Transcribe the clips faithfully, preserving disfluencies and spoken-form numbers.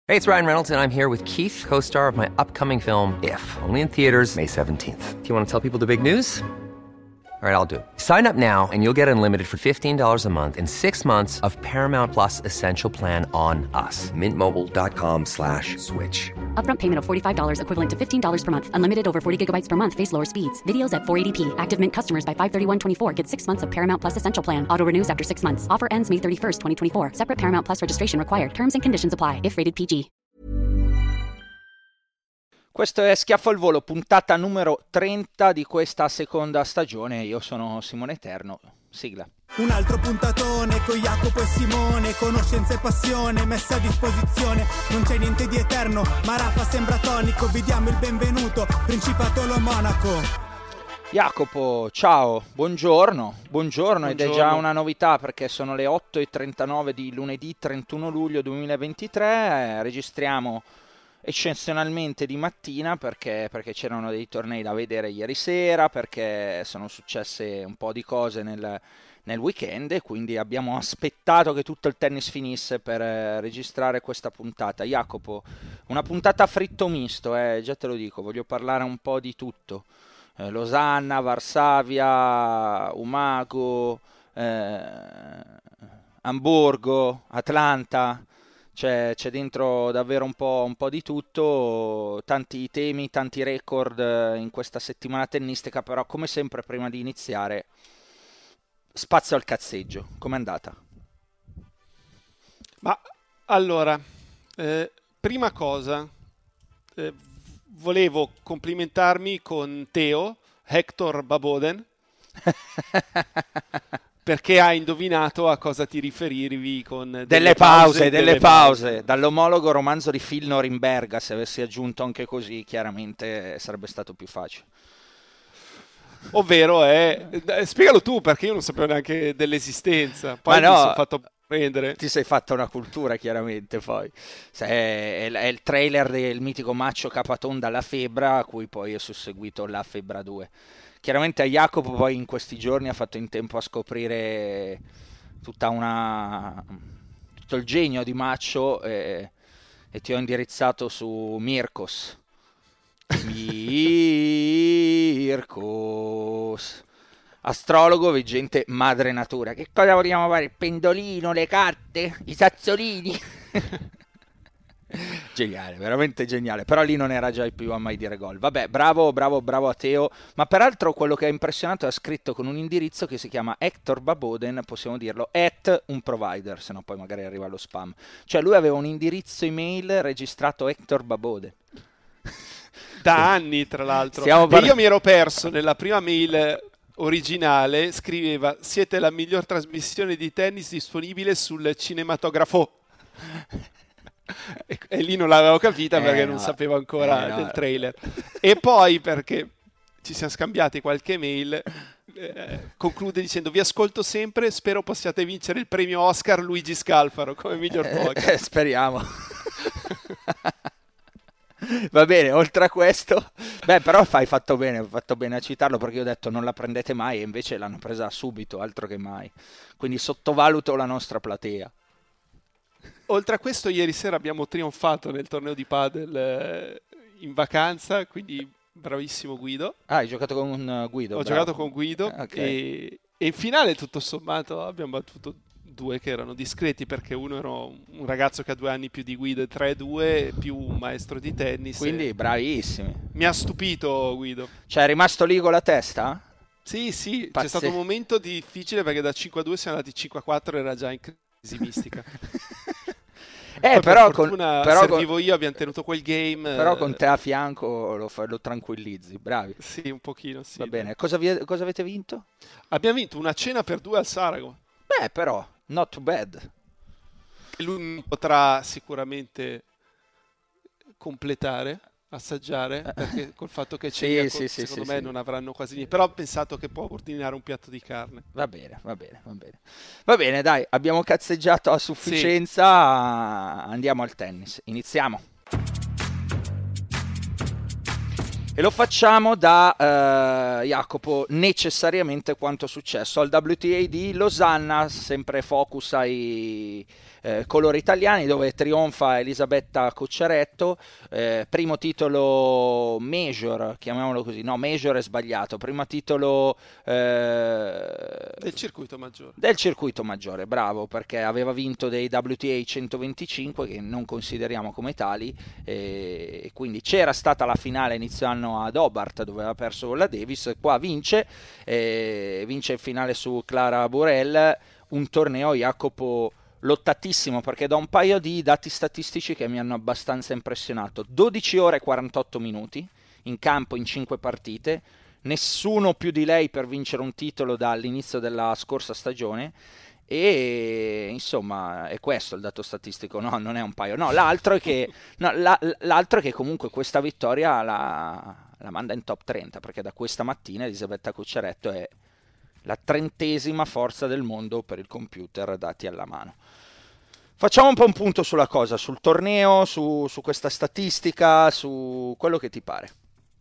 Hey, it's Ryan Reynolds, and I'm here with Keith, co-star of my upcoming film, If, only in theaters May seventeenth. Do you want to tell people the big news? All right, I'll do it. Sign up now and you'll get unlimited for fifteen dollars a month and six months of Paramount Plus Essential Plan on us. Mint Mobile dot com slash switch. Upfront payment of forty-five dollars equivalent to fifteen dollars per month. Unlimited over forty gigabytes per month. Face lower speeds. Videos at four eighty p. Active Mint customers by five thirty-one twenty-four get six months of Paramount Plus Essential Plan. Auto renews after six months. Offer ends May thirty-first, twenty twenty-four. Separate Paramount Plus registration required. Terms and conditions apply if rated P G. Questo è Schiaffo al Volo, puntata numero trenta di questa seconda stagione. Io sono Simone Eterno. Sigla. Un altro puntatone con Jacopo e Simone, conoscenza e passione messa a disposizione. Non c'è niente di eterno, ma Rafa sembra tonico. Vi diamo il benvenuto, Principato lo Monaco. Jacopo, ciao, buongiorno, buongiorno, ed Buongiorno. è già una novità perché sono le otto e trentanove di lunedì trentuno luglio duemilaventitré, eh, registriamo eccezionalmente di mattina perché, perché c'erano dei tornei da vedere ieri sera, perché sono successe un po' di cose nel, nel weekend e quindi abbiamo aspettato che tutto il tennis finisse per eh, registrare questa puntata. Jacopo, una puntata a fritto misto, eh, già te lo dico, voglio parlare un po' di tutto. Eh, Losanna, Varsavia, Umago, eh, Amburgo, Atlanta. C'è, c'è dentro davvero un po', un po' di tutto, tanti temi, tanti record in questa settimana tennistica, però come sempre prima di iniziare spazio al cazzeggio. Com'è andata? Ma allora, eh, prima cosa, eh, volevo complimentarmi con Teo, Hector Baboden, perché hai indovinato a cosa ti riferivi con delle, delle pause, pause, delle, delle pause, pause. Dall'omologo romanzo di Phil Norimberga, se avessi aggiunto anche così, chiaramente sarebbe stato più facile. Ovvero è... eh, spiegalo tu, perché io non sapevo neanche dell'esistenza. Poi Ma no, mi sono fatto prendere. Ti sei fatta una cultura, chiaramente, poi. Se è, è, è il trailer del mitico Maccio Capatonda La Febbra, a cui poi è susseguito La Febbra due. Chiaramente a Jacopo poi in questi giorni ha fatto in tempo a scoprire tutta una... tutto il genio di Maccio e, e ti ho indirizzato su Mirkos. Mirkos, astrologo veggente madre natura. Che cosa vogliamo fare? Il pendolino, le carte, i sazzolini? Geniale, veramente geniale. Però lì non era già il più a mai dire gol. Vabbè, bravo, bravo, bravo a Teo. Ma peraltro quello che ha impressionato è scritto con un indirizzo che si chiama Hector Baboden, possiamo dirlo, at un provider, se no poi magari arriva lo spam. Cioè lui aveva un indirizzo email registrato Hector Baboden. Da anni, tra l'altro. Stiamo E par- io mi ero perso nella prima mail originale, scriveva: siete la miglior trasmissione di tennis disponibile sul cinematografo. E, e lì non l'avevo capita Eh, perché no. non sapevo ancora Eh, no. del trailer. E poi perché ci siamo scambiati qualche mail, eh, conclude dicendo: vi ascolto sempre, spero possiate vincere il premio Oscar Luigi Scalfaro come miglior podcast. Eh, speriamo. Va bene, oltre a questo, beh, però hai fatto bene, hai fatto bene a citarlo, perché io ho detto non la prendete mai e invece l'hanno presa subito, altro che mai. Quindi sottovaluto la nostra platea. Oltre a questo, ieri sera abbiamo trionfato nel torneo di padel eh, in vacanza, quindi bravissimo Guido. Ah, hai giocato con uh, Guido? Ho bravo. giocato con Guido Eh, ok. e, e in finale tutto sommato abbiamo battuto due che erano discreti, perché uno era un ragazzo che ha due anni più di Guido e tre due, più un maestro di tennis. Quindi e bravissimi. mi ha stupito Guido. Cioè è rimasto lì con la testa? Sì, sì, c'è Pazze- stato un momento difficile perché da cinque a due siamo andati cinque a quattro, era già in crisi mistica. Eh, Poi però per con, fortuna però, servivo con, io, abbiamo tenuto quel game. però eh, con te a fianco lo, fa- lo tranquillizzi, bravi. Sì, un pochino, sì. Va bene, cosa, vi- cosa avete vinto? Abbiamo vinto una cena per due al Sarago. Beh, però, not too bad. E lui potrà sicuramente completare, assaggiare, perché col fatto che Sì, c'è, sì, sì, secondo sì, me sì. non avranno quasi niente. Però ho pensato che può ordinare un piatto di carne. Va bene, va bene, va bene. Va bene, dai, abbiamo cazzeggiato a sufficienza, andiamo al tennis. Iniziamo. E lo facciamo da uh, Jacopo, necessariamente quanto è successo al W T A di Losanna, sempre focus ai eh, colori italiani, dove trionfa Elisabetta Cocciaretto, eh, primo titolo major, chiamiamolo così, no, major è sbagliato, primo titolo eh, del circuito maggiore. Del circuito maggiore, bravo, perché aveva vinto dei W T A centoventicinque che non consideriamo come tali, e quindi c'era stata la finale inizio anno ad Hobart dove aveva perso con la Davis, qua vince, e vince il finale su Clara Burel, un torneo, Jacopo, lottatissimo, perché da un paio di dati statistici che mi hanno abbastanza impressionato: dodici ore e quarantotto minuti in campo in cinque partite, nessuno più di lei per vincere un titolo dall'inizio della scorsa stagione. E insomma è questo il dato statistico, no, non è un paio, no, l'altro è che, no, la, l'altro è che comunque questa vittoria la, la manda in top trenta, perché da questa mattina Elisabetta Cocciaretto è la trentesima forza del mondo per il computer dati alla mano. Facciamo un po' un punto sulla cosa, sul torneo, su, su questa statistica, su quello che ti pare.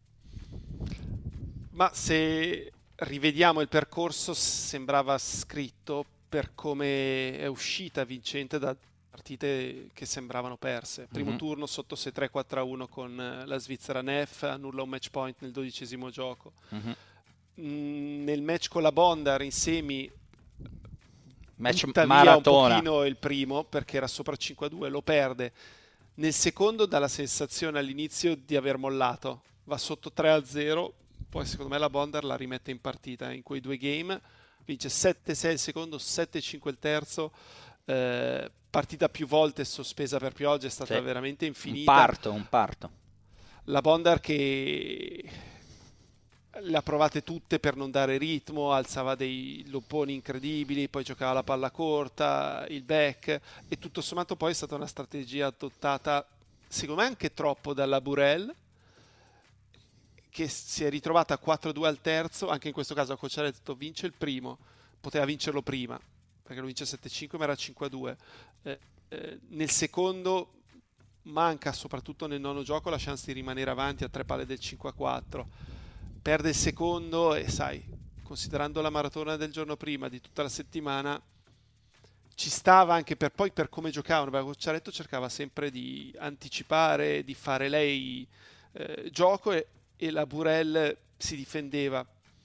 Ma se rivediamo il percorso, sembrava scritto per come è uscita vincente da partite che sembravano perse. Primo mm-hmm. turno sotto sei tre quattro a uno con la Svizzera Neff, annulla un match point nel dodicesimo gioco. Mm-hmm. Mm, nel match con la Bondar in semi match butta maratona via un pochino il primo perché era sopra cinque a due, lo perde. Nel secondo dà la sensazione all'inizio di aver mollato, va sotto tre a zero, poi secondo me la Bondar la rimette in partita in quei due game, vince sette sei il secondo, sette cinque il terzo, eh, partita più volte sospesa per pioggia, è stata sì. veramente infinita. Un parto, un parto. La Bondar che le ha provate tutte per non dare ritmo, alzava dei lopponi incredibili, poi giocava la palla corta, il back, e tutto sommato poi è stata una strategia adottata secondo me anche troppo dalla Burel, che si è ritrovata a quattro a due al terzo. Anche in questo caso Cocciaretto vince il primo, poteva vincerlo prima perché lo vince sette a cinque ma era cinque a due. Eh, eh, nel secondo manca, soprattutto nel nono gioco, la chance di rimanere avanti a tre palle del cinque a quattro, perde il secondo e sai, considerando la maratona del giorno prima, di tutta la settimana, ci stava anche per poi per come giocavano, perché Cocciaretto cercava sempre di anticipare, di fare lei eh, gioco, e, e la Burel si difendeva.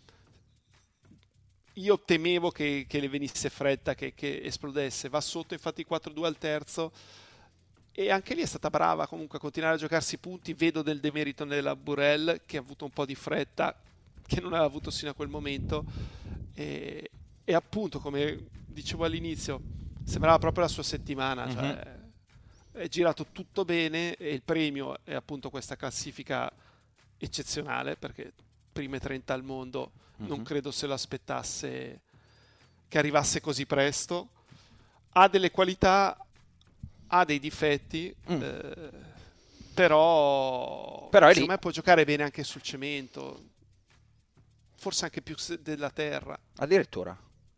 Io temevo che, che le venisse fretta, che, che esplodesse. Va sotto infatti quattro a due al terzo, e anche lì è stata brava comunque a continuare a giocarsi punti. Vedo del demerito nella Burel, che ha avuto un po' di fretta che non aveva avuto sino a quel momento, e, e appunto, come dicevo all'inizio, sembrava proprio la sua settimana, mm-hmm. cioè, è girato tutto bene, e il premio è appunto questa classifica eccezionale, perché prime trenta al mondo mm-hmm. non credo se lo aspettasse che arrivasse così presto. Ha delle qualità, ha dei difetti, mm. eh, però, però secondo me può giocare bene anche sul cemento, forse anche più della terra addirittura.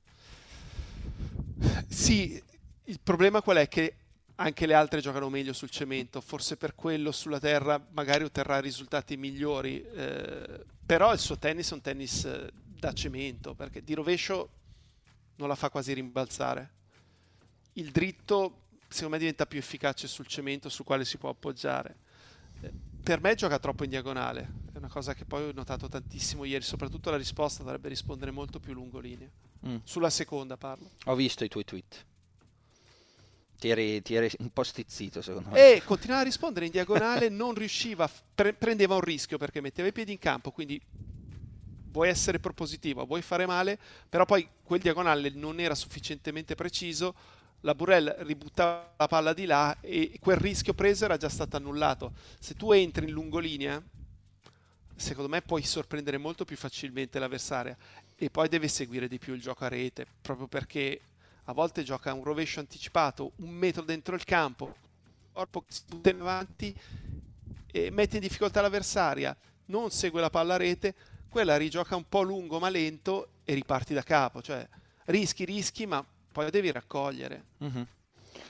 Sì, il problema qual è? Che anche le altre giocano meglio sul cemento, forse per quello sulla terra magari otterrà risultati migliori, eh, però il suo tennis è un tennis da cemento, perché di rovescio non la fa quasi rimbalzare. Il dritto secondo me diventa più efficace sul cemento, sul quale si può appoggiare. Eh, per me gioca troppo in diagonale, è una cosa che poi ho notato tantissimo ieri, soprattutto la risposta dovrebbe rispondere molto più lungolinea. Mm. Sulla seconda parlo. Ho visto i tuoi tweet. Ti eri, ti eri un po' stizzito secondo me. E continuava a rispondere in diagonale, non riusciva, pre- prendeva un rischio perché metteva i piedi in campo, quindi vuoi essere propositivo, vuoi fare male, però poi quel diagonale non era sufficientemente preciso, la Burel ributtava la palla di là e quel rischio preso era già stato annullato. Se tu entri in lungolinea, secondo me puoi sorprendere molto più facilmente l'avversaria, e poi deve seguire di più il gioco a rete, proprio perché a volte gioca un rovescio anticipato un metro dentro il campo, corpo che si butta in avanti e mette in difficoltà l'avversaria, non segue la palla a rete, quella rigioca un po' lungo ma lento e riparti da capo, cioè rischi, rischi, ma poi devi raccogliere. Mm-hmm.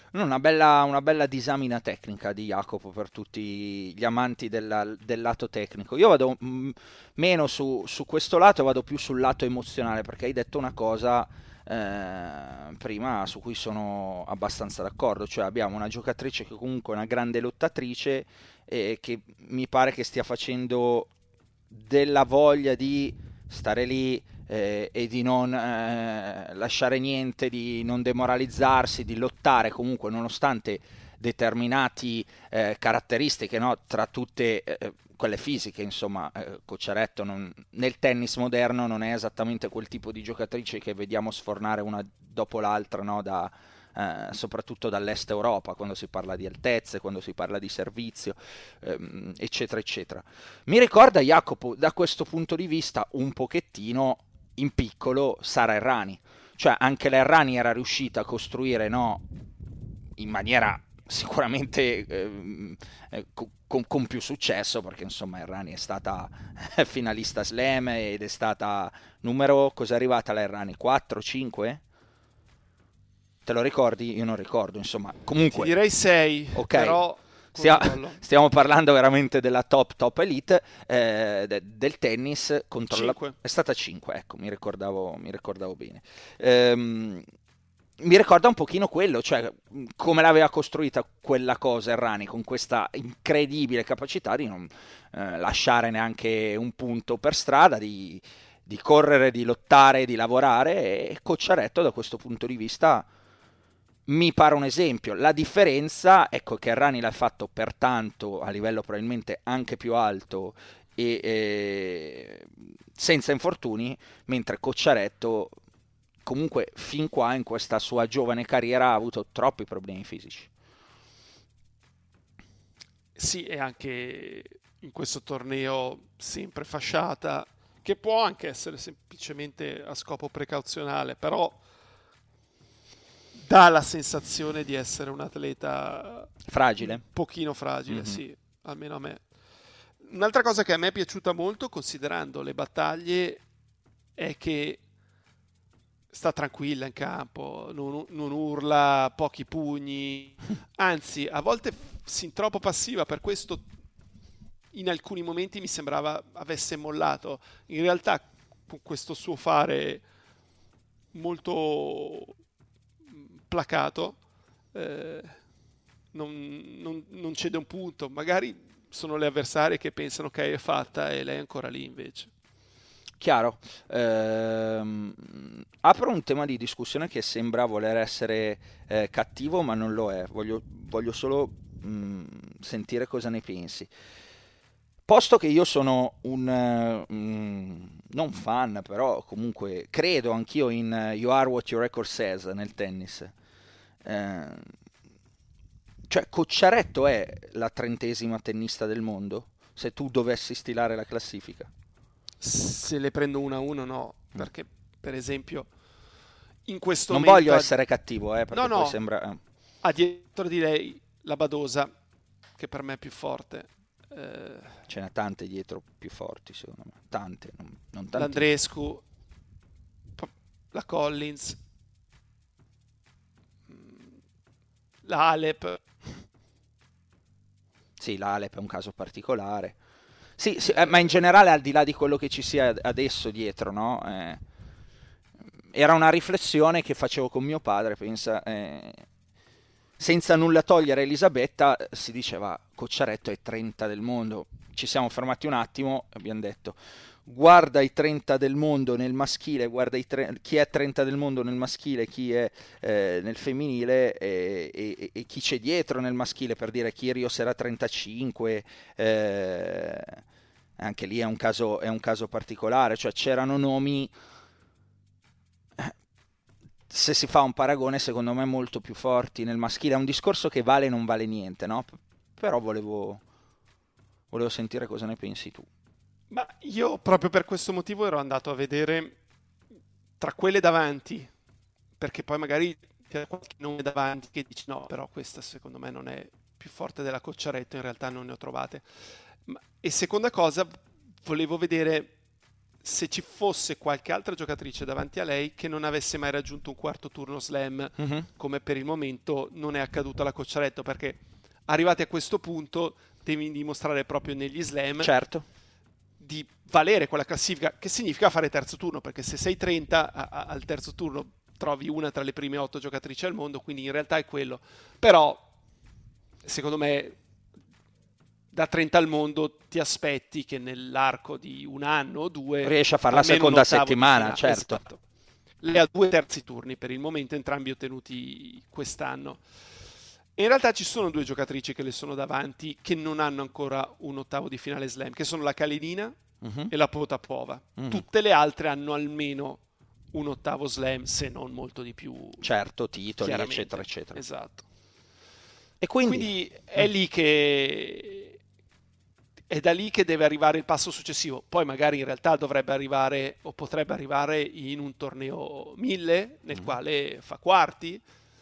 Una bella, una bella disamina tecnica di Jacopo per tutti gli amanti della- del lato tecnico. Io vado mm, meno su, su questo lato, vado più sul lato emozionale, perché hai detto una cosa eh, prima su cui sono abbastanza d'accordo, cioè abbiamo una giocatrice che comunque è una grande lottatrice e che mi pare che stia facendo della voglia di stare lì eh, e di non eh, lasciare niente, di non demoralizzarsi, di lottare comunque nonostante determinati eh, caratteristiche, no? Tra tutte eh, quelle fisiche, insomma, eh, Cocciaretto non- nel tennis moderno non è esattamente quel tipo di giocatrice che vediamo sfornare una dopo l'altra, no? Da, eh, soprattutto dall'est Europa, quando si parla di altezze, quando si parla di servizio, ehm, eccetera, eccetera. Mi ricorda, Jacopo, da questo punto di vista, un pochettino in piccolo Sara Errani. Cioè, anche la Errani era riuscita a costruire, no, in maniera sicuramente ehm, eh, co- con, con più successo, perché insomma Errani è stata finalista slam ed è stata numero, cos'è arrivata la Errani? quattro, cinque? Te lo ricordi? Io non ricordo, insomma. Ti Comunque, direi sei, ok. però Stia- controllo. stiamo parlando veramente della top top elite eh, de- del tennis contro la- cinque. è stata cinque, ecco, mi ricordavo, mi ricordavo bene. Ehm, mi ricorda un pochino quello, cioè mh, come l'aveva costruita quella cosa Errani, con questa incredibile capacità di non eh, lasciare neanche un punto per strada, di, di correre, di lottare, di lavorare, e Cocciaretto da questo punto di vista mi pare un esempio. La differenza, ecco, che Errani l'ha fatto pertanto a livello probabilmente anche più alto e eh, senza infortuni, mentre Cocciaretto comunque fin qua in questa sua giovane carriera ha avuto troppi problemi fisici. Sì, e anche in questo torneo sempre fasciata, che può anche essere semplicemente a scopo precauzionale, però dà la sensazione di essere un atleta Fragile. un pochino fragile, Mhm. sì, almeno a me. Un'altra cosa che a me è piaciuta molto, considerando le battaglie, è che sta tranquilla in campo, non, non urla, pochi pugni, anzi, a volte sin troppo passiva, per questo in alcuni momenti mi sembrava avesse mollato. In realtà, con questo suo fare molto placato, eh, non, non- non cede un punto. Magari sono le avversarie che pensano che è fatta e lei è ancora lì invece. Chiaro. Ehm, apro un tema di discussione che sembra voler essere eh, cattivo, ma non lo è. Voglio, voglio solo mm, sentire cosa ne pensi. Posto che io sono un eh, mm, non fan, però comunque credo anch'io in eh, You Are What Your Record Says nel tennis. Eh, cioè, Cocciaretto è la trentesima tennista del mondo? Se tu dovessi stilare la classifica. Se le prendo uno a uno, no, perché per esempio in questo Non momento voglio ha- essere cattivo, eh, perché No, poi no. sembra... eh. ha dietro di lei la Badosa, che per me è più forte, eh, Ce n'è tante dietro più forti, secondo me. Tante, non, non tantissime. l'Andrescu, p- la Collins, mm, la Alep. Sì, l'Alep è un caso particolare. Sì, sì, eh, ma in generale, al di là di quello che ci sia adesso dietro, no? Eh, era una riflessione che facevo con mio padre, pensa... eh, senza nulla togliere a Elisabetta, si diceva Cocciaretto è trenta del mondo. Ci siamo fermati un attimo e abbiamo detto guarda i trenta del mondo nel maschile, guarda i tre- chi è trenta del mondo nel maschile, chi è eh, nel femminile e, e- e chi c'è dietro nel maschile, per dire Kyrgios era trentacinque, eh, anche lì è un caso, è un caso particolare, cioè c'erano nomi, se si fa un paragone secondo me molto più forti nel maschile. È un discorso che vale e non vale niente, no? P- però volevo, volevo sentire cosa ne pensi tu. Ma io proprio per questo motivo ero andato a vedere tra quelle davanti, perché poi magari c'è qualche nome davanti che dici no, però questa secondo me non è più forte della Cocciaretto, in realtà non ne ho trovate. Ma- e seconda cosa, volevo vedere se ci fosse qualche altra giocatrice davanti a lei che non avesse mai raggiunto un quarto turno slam, mm-hmm. come per il momento non è accaduto alla Cocciaretto, perché arrivati a questo punto devi dimostrare proprio negli slam, certo, di valere quella classifica, che significa fare terzo turno, perché se sei trenta a, a, al terzo turno trovi una tra le prime otto giocatrici al mondo, quindi in realtà è quello. Però secondo me da trenta al mondo ti aspetti che nell'arco di un anno o due riesci a fare la seconda settimana, certo. Esatto. Lei ha due terzi turni per il momento, entrambi ottenuti quest'anno. In realtà ci sono due giocatrici che le sono davanti che non hanno ancora un ottavo di finale slam, che sono la Kalinina uh-huh. e la Potapova. Uh-huh. Tutte le altre hanno almeno un ottavo slam, se non molto di più. Certo, titoli, eccetera, eccetera. Esatto. E quindi, quindi è lì che è da lì che deve arrivare il passo successivo. Poi magari in realtà dovrebbe arrivare o potrebbe arrivare in un torneo mille nel mm. quale fa quarti.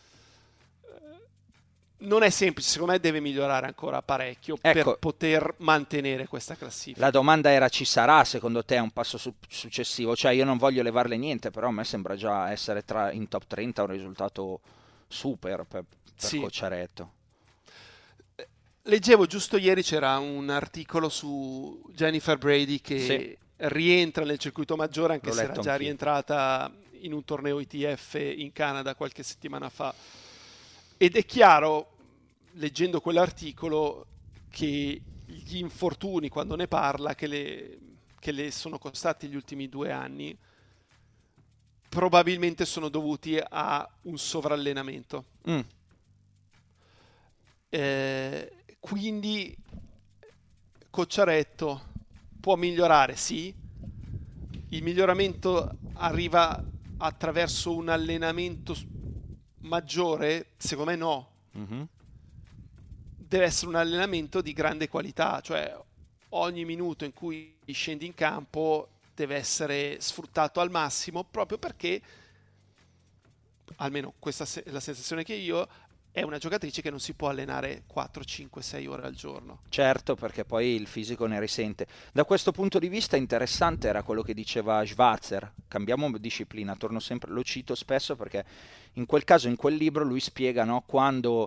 Non è semplice, secondo me deve migliorare ancora parecchio, ecco, per poter mantenere questa classifica. La domanda era: ci sarà secondo te un passo su- successivo? Cioè, io non voglio levarle niente, però a me sembra già essere tra, in top trenta un risultato super per, per sì. Cocciaretto. Leggevo giusto ieri, c'era un articolo su Jennifer Brady che sì. rientra nel circuito maggiore, anche L'ho se era già anch'io. rientrata in un torneo I T F in Canada qualche settimana fa. Ed è chiaro, leggendo quell'articolo, che gli infortuni, quando ne parla, che le, che le sono costati gli ultimi due anni, probabilmente sono dovuti a un sovrallenamento. Mm. Eh, quindi Cocciaretto può migliorare, sì. Il miglioramento arriva attraverso un allenamento maggiore? Secondo me no. Mm-hmm. Deve essere un allenamento di grande qualità, cioè ogni minuto in cui scendi in campo deve essere sfruttato al massimo, proprio perché, almeno questa è la sensazione che io, è una giocatrice che non si può allenare quattro, cinque, sei ore al giorno. Certo, perché poi il fisico ne risente. Da questo punto di vista interessante era quello che diceva Schwarzer: cambiamo disciplina, torno sempre, lo cito spesso perché in quel caso, in quel libro, lui spiega, no, quando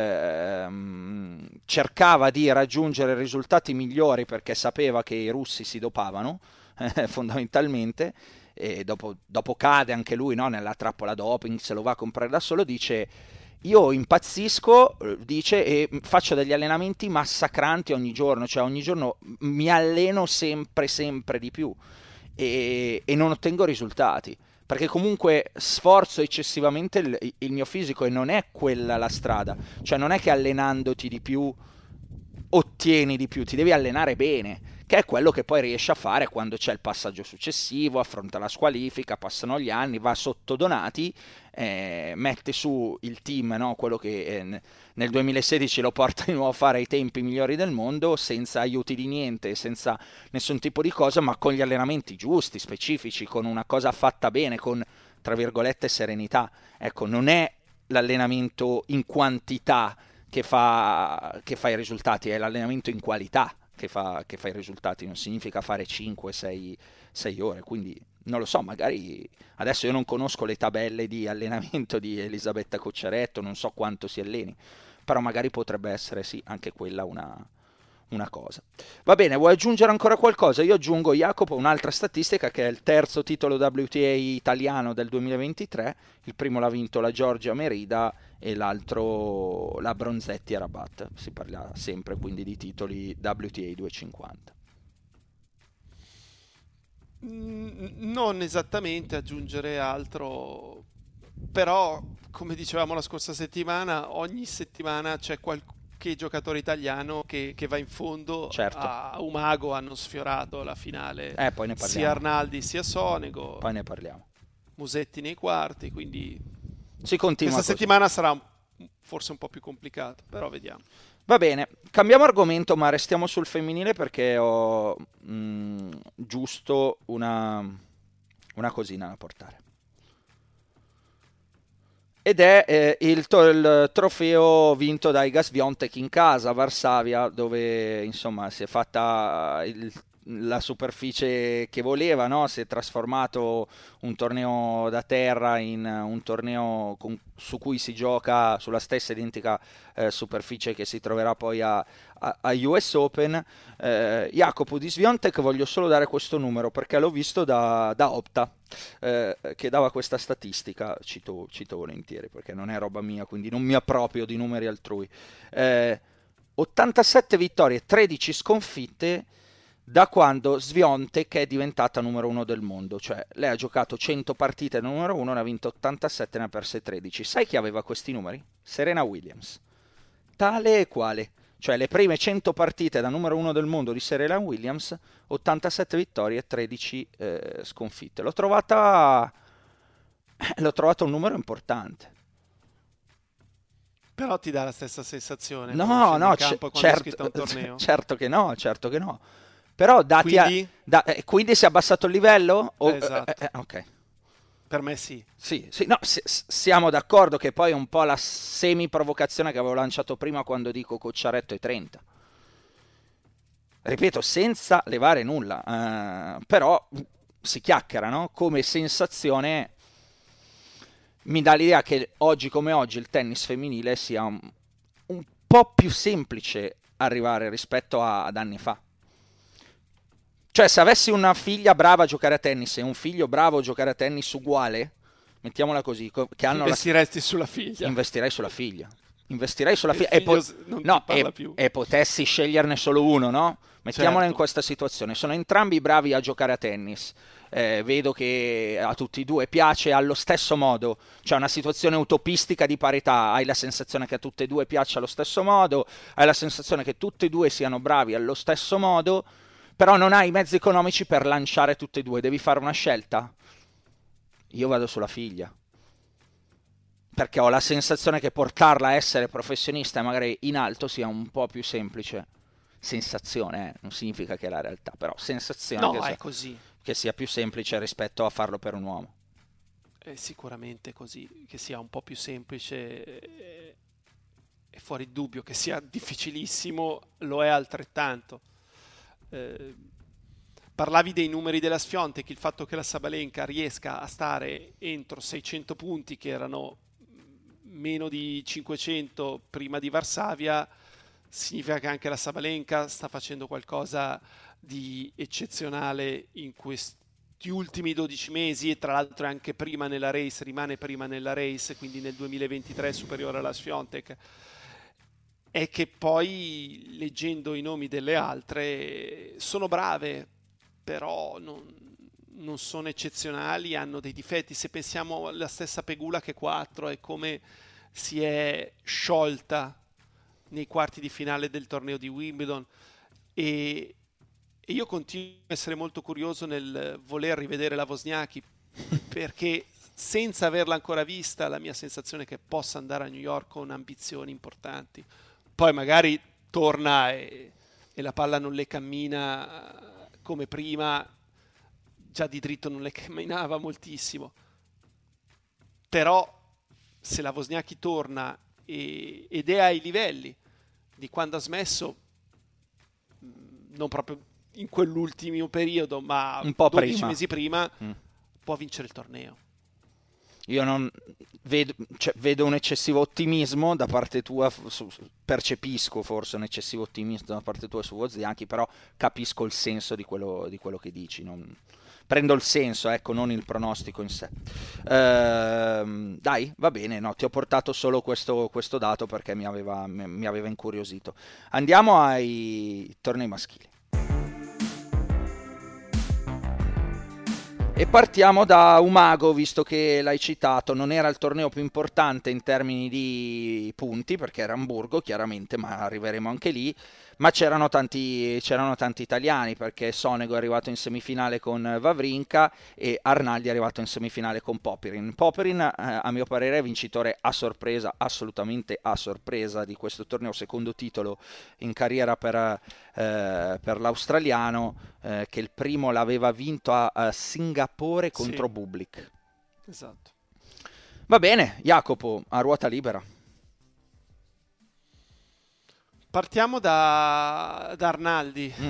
ehm, cercava di raggiungere risultati migliori perché sapeva che i russi si dopavano, eh, fondamentalmente, e dopo, dopo cade anche lui, no, nella trappola doping, se lo va a comprare da solo, dice: io impazzisco, dice, e faccio degli allenamenti massacranti ogni giorno, cioè ogni giorno mi alleno sempre, sempre di più e, e non ottengo risultati, perché comunque sforzo eccessivamente il, il mio fisico e non è quella la strada, cioè non è che allenandoti di più ottieni di più, ti devi allenare bene, che è quello che poi riesci a fare quando c'è il passaggio successivo, affronta la squalifica, passano gli anni, va sotto Donati, eh, mette su il team, no? Quello che eh, nel duemilasedici lo porta di nuovo a fare i tempi migliori del mondo, senza aiuti di niente, senza nessun tipo di cosa, ma con gli allenamenti giusti, specifici, con una cosa fatta bene, con, tra virgolette, serenità. Ecco, non è l'allenamento in quantità che fa, che fa i risultati, è l'allenamento in qualità che fa, che fa i risultati, non significa fare cinque sei ore, quindi non lo so, magari adesso io non conosco le tabelle di allenamento di Elisabetta Cocciaretto, non so quanto si alleni, però magari potrebbe essere sì anche quella una, una cosa. Va bene, vuoi aggiungere ancora qualcosa? Io aggiungo, Jacopo, un'altra statistica, che è il terzo titolo W T A italiano del duemilaventitré, il primo l'ha vinto la Giorgia Merida e l'altro la Bronzetti a Rabat. Si parla sempre quindi di titoli W T A duecentocinquanta. Non esattamente aggiungere altro, però come dicevamo la scorsa settimana, ogni settimana c'è qualche giocatore italiano che, che va in fondo. Certo. A Umago hanno sfiorato la finale, eh, poi ne sia Arnaldi sia Sonego, poi ne parliamo. Musetti nei quarti, quindi si continua questa così. Settimana sarà un, forse un po' più complicato, però vediamo. Va bene, cambiamo argomento, ma restiamo sul femminile perché ho mh, giusto una, una cosina da portare. Ed è eh, il, to- il trofeo vinto da Iga Swiatek in casa a Varsavia, dove insomma si è fatta il, la superficie che voleva, no? Si è trasformato un torneo da terra in un torneo con, su cui si gioca sulla stessa identica eh, superficie che si troverà poi a, a, a U S Open. eh, Jacopo, di Swiatek voglio solo dare questo numero perché l'ho visto da, da Opta, eh, che dava questa statistica, cito, cito volentieri perché non è roba mia, quindi non mi approprio di numeri altrui. eh, ottantasette vittorie, tredici sconfitte da quando Swiatek è diventata numero uno del mondo. Cioè lei ha giocato cento partite da numero uno, ne ha vinto ottantasette, ne ha perse tredici. Sai chi aveva questi numeri? Serena Williams, tale e quale. Cioè le prime cento partite da numero uno del mondo di Serena Williams, ottantasette vittorie e tredici eh, sconfitte. L'ho trovata l'ho trovato un numero importante. Però ti dà la stessa sensazione? No, no, c- certo, un torneo? certo che no, certo che no. Però dati quindi? A, da, eh, quindi si è abbassato il livello? O, esatto. eh, eh, ok. Per me sì. Sì, sì, no, s- siamo d'accordo che poi è un po' la semi-provocazione che avevo lanciato prima quando dico Cocciaretto e trenta. Ripeto, senza levare nulla. Uh, però si chiacchiera, no? Come sensazione mi dà l'idea che oggi come oggi il tennis femminile sia un, un po' più semplice arrivare rispetto a, ad anni fa. Cioè, se avessi una figlia brava a giocare a tennis e un figlio bravo a giocare a tennis uguale, mettiamola così, che hanno investiresti la... sulla figlia. Investirei sulla figlia. Investirei sulla il figlia e, figlio po- non no, ti parla e, più. e potessi sceglierne solo uno, no? Mettiamola certo. in questa situazione. Sono entrambi bravi a giocare a tennis. Eh, vedo che a tutti e due piace allo stesso modo. C'è una situazione utopistica di parità. Hai la sensazione che a tutte e due piaccia allo stesso modo. Hai la sensazione che tutti e due siano bravi allo stesso modo. Però non hai i mezzi economici per lanciare tutte e due, devi fare una scelta. Io vado sulla figlia, perché ho la sensazione che portarla a essere professionista e magari in alto sia un po' più semplice. Sensazione, eh? Non significa che è la realtà, però sensazione no, che, è sia, così. che sia più semplice rispetto a farlo per un uomo. È sicuramente così, che sia un po' più semplice, è fuori dubbio. Che sia difficilissimo, lo è altrettanto. Eh, parlavi dei numeri della Swiatek, il fatto che la Sabalenka riesca a stare entro seicento punti, che erano meno di cinquecento prima di Varsavia, significa che anche la Sabalenka sta facendo qualcosa di eccezionale in questi ultimi dodici mesi, e tra l'altro è anche prima nella race, rimane prima nella race, quindi nel duemilaventitré è superiore alla Swiatek. È che poi, leggendo i nomi delle altre, sono brave, però non, non sono eccezionali, hanno dei difetti. Se pensiamo alla stessa Pegula, che quattro, è come si è sciolta nei quarti di finale del torneo di Wimbledon, e, e io continuo a essere molto curioso nel voler rivedere la Wozniacki, perché senza averla ancora vista la mia sensazione è che possa andare a New York con ambizioni importanti. Poi magari torna e, e la palla non le cammina come prima, già di dritto non le camminava moltissimo, però se la Wozniacki torna e, ed è ai livelli di quando ha smesso, non proprio in quell'ultimo periodo, ma un po' dodici prima. mesi prima, mm. può vincere il torneo. Io non vedo, cioè, vedo un eccessivo ottimismo da parte tua, su, percepisco forse un eccessivo ottimismo da parte tua su Wozniacki, però capisco il senso di quello, di quello che dici. Non, prendo il senso, ecco, non il pronostico in sé. Ehm, dai, va bene, no, ti ho portato solo questo, questo dato perché mi aveva, mi, mi aveva incuriosito. Andiamo ai tornei maschili. E partiamo da Umago, visto che l'hai citato. Non era il torneo più importante in termini di punti, perché era Amburgo, chiaramente, ma arriveremo anche lì. Ma c'erano tanti, c'erano tanti italiani, perché Sonego è arrivato in semifinale con Wawrinka e Arnaldi è arrivato in semifinale con Popyrin. Popyrin, eh, a mio parere, è vincitore a sorpresa, assolutamente a sorpresa di questo torneo, secondo titolo in carriera per, eh, per l'australiano, eh, che il primo l'aveva vinto a, a Singapore contro Sì. Bublik. Esatto. Va bene, Jacopo, a ruota libera. Partiamo da, da Arnaldi, Mm.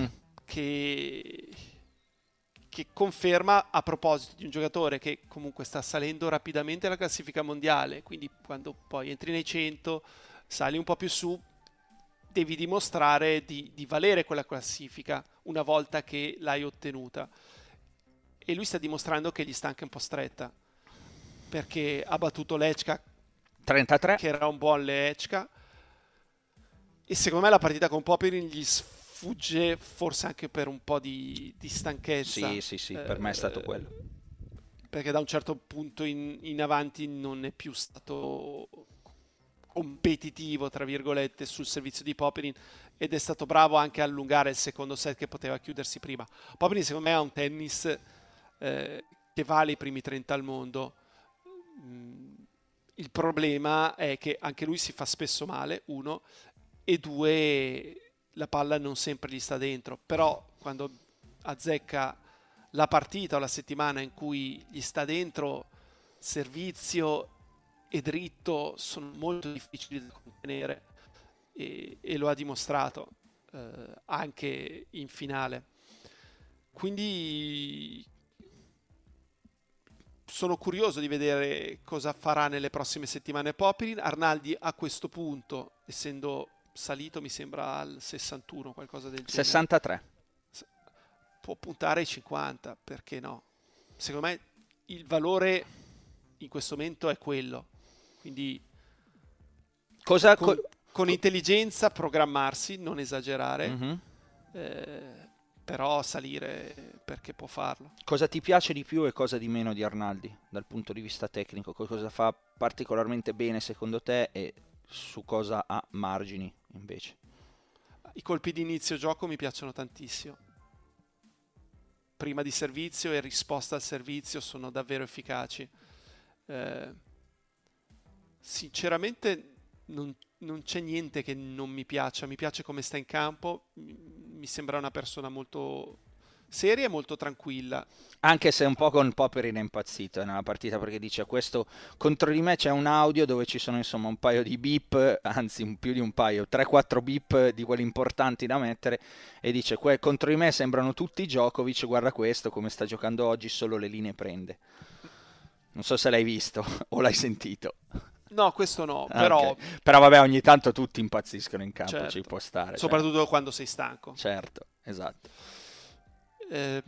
che, che conferma, a proposito di un giocatore che comunque sta salendo rapidamente la classifica mondiale, quindi quando poi entri nei cento, sali un po' più su, devi dimostrare di, di valere quella classifica una volta che l'hai ottenuta. E lui sta dimostrando che gli sta anche un po' stretta, perché ha battuto Lechka, trentatré, che era un buon Lechka, e secondo me la partita con Popyrin gli sfugge forse anche per un po' di, di stanchezza. Sì, sì, sì, per eh, me è stato quello. Perché da un certo punto in, in avanti non è più stato competitivo, tra virgolette, sul servizio di Popyrin, ed è stato bravo anche a allungare il secondo set che poteva chiudersi prima. Popyrin secondo me ha un tennis eh, che vale i primi trenta al mondo. Mm, il problema è che anche lui si fa spesso male, uno, e due, la palla non sempre gli sta dentro, però quando azzecca la partita o la settimana in cui gli sta dentro, servizio e dritto sono molto difficili da contenere, e, e lo ha dimostrato eh, anche in finale. Quindi sono curioso di vedere cosa farà nelle prossime settimane Popyrin. Arnaldi a questo punto, essendo salito mi sembra al sessantuno, qualcosa del genere, sessantatré, può puntare ai cinquanta, perché no? Secondo me il valore in questo momento è quello, quindi cosa con, co- con intelligenza programmarsi, non esagerare, mm-hmm. eh, però salire, perché può farlo. Cosa ti piace di più e cosa di meno di Arnaldi dal punto di vista tecnico? Cosa fa particolarmente bene secondo te e su cosa ha margini invece? I colpi di inizio gioco mi piacciono tantissimo. Prima di servizio e risposta al servizio sono davvero efficaci. Eh, sinceramente non, non c'è niente che non mi piaccia. Mi piace come sta in campo. Mi sembra una persona molto seria e molto tranquilla. Anche se un po' con Popyrin è impazzito nella partita, perché dice: questo contro di me c'è un audio dove ci sono insomma un paio di beep, anzi un più di un paio, tre quattro beep di quelli importanti da mettere, e dice: que- contro di me sembrano tutti Djokovic, guarda questo come sta giocando oggi, solo le linee prende. Non so se l'hai visto o l'hai sentito. No, questo no, però... Okay. Però vabbè, ogni tanto tutti impazziscono in campo, certo, ci può stare. soprattutto certo. quando sei stanco. Certo, esatto. Eh,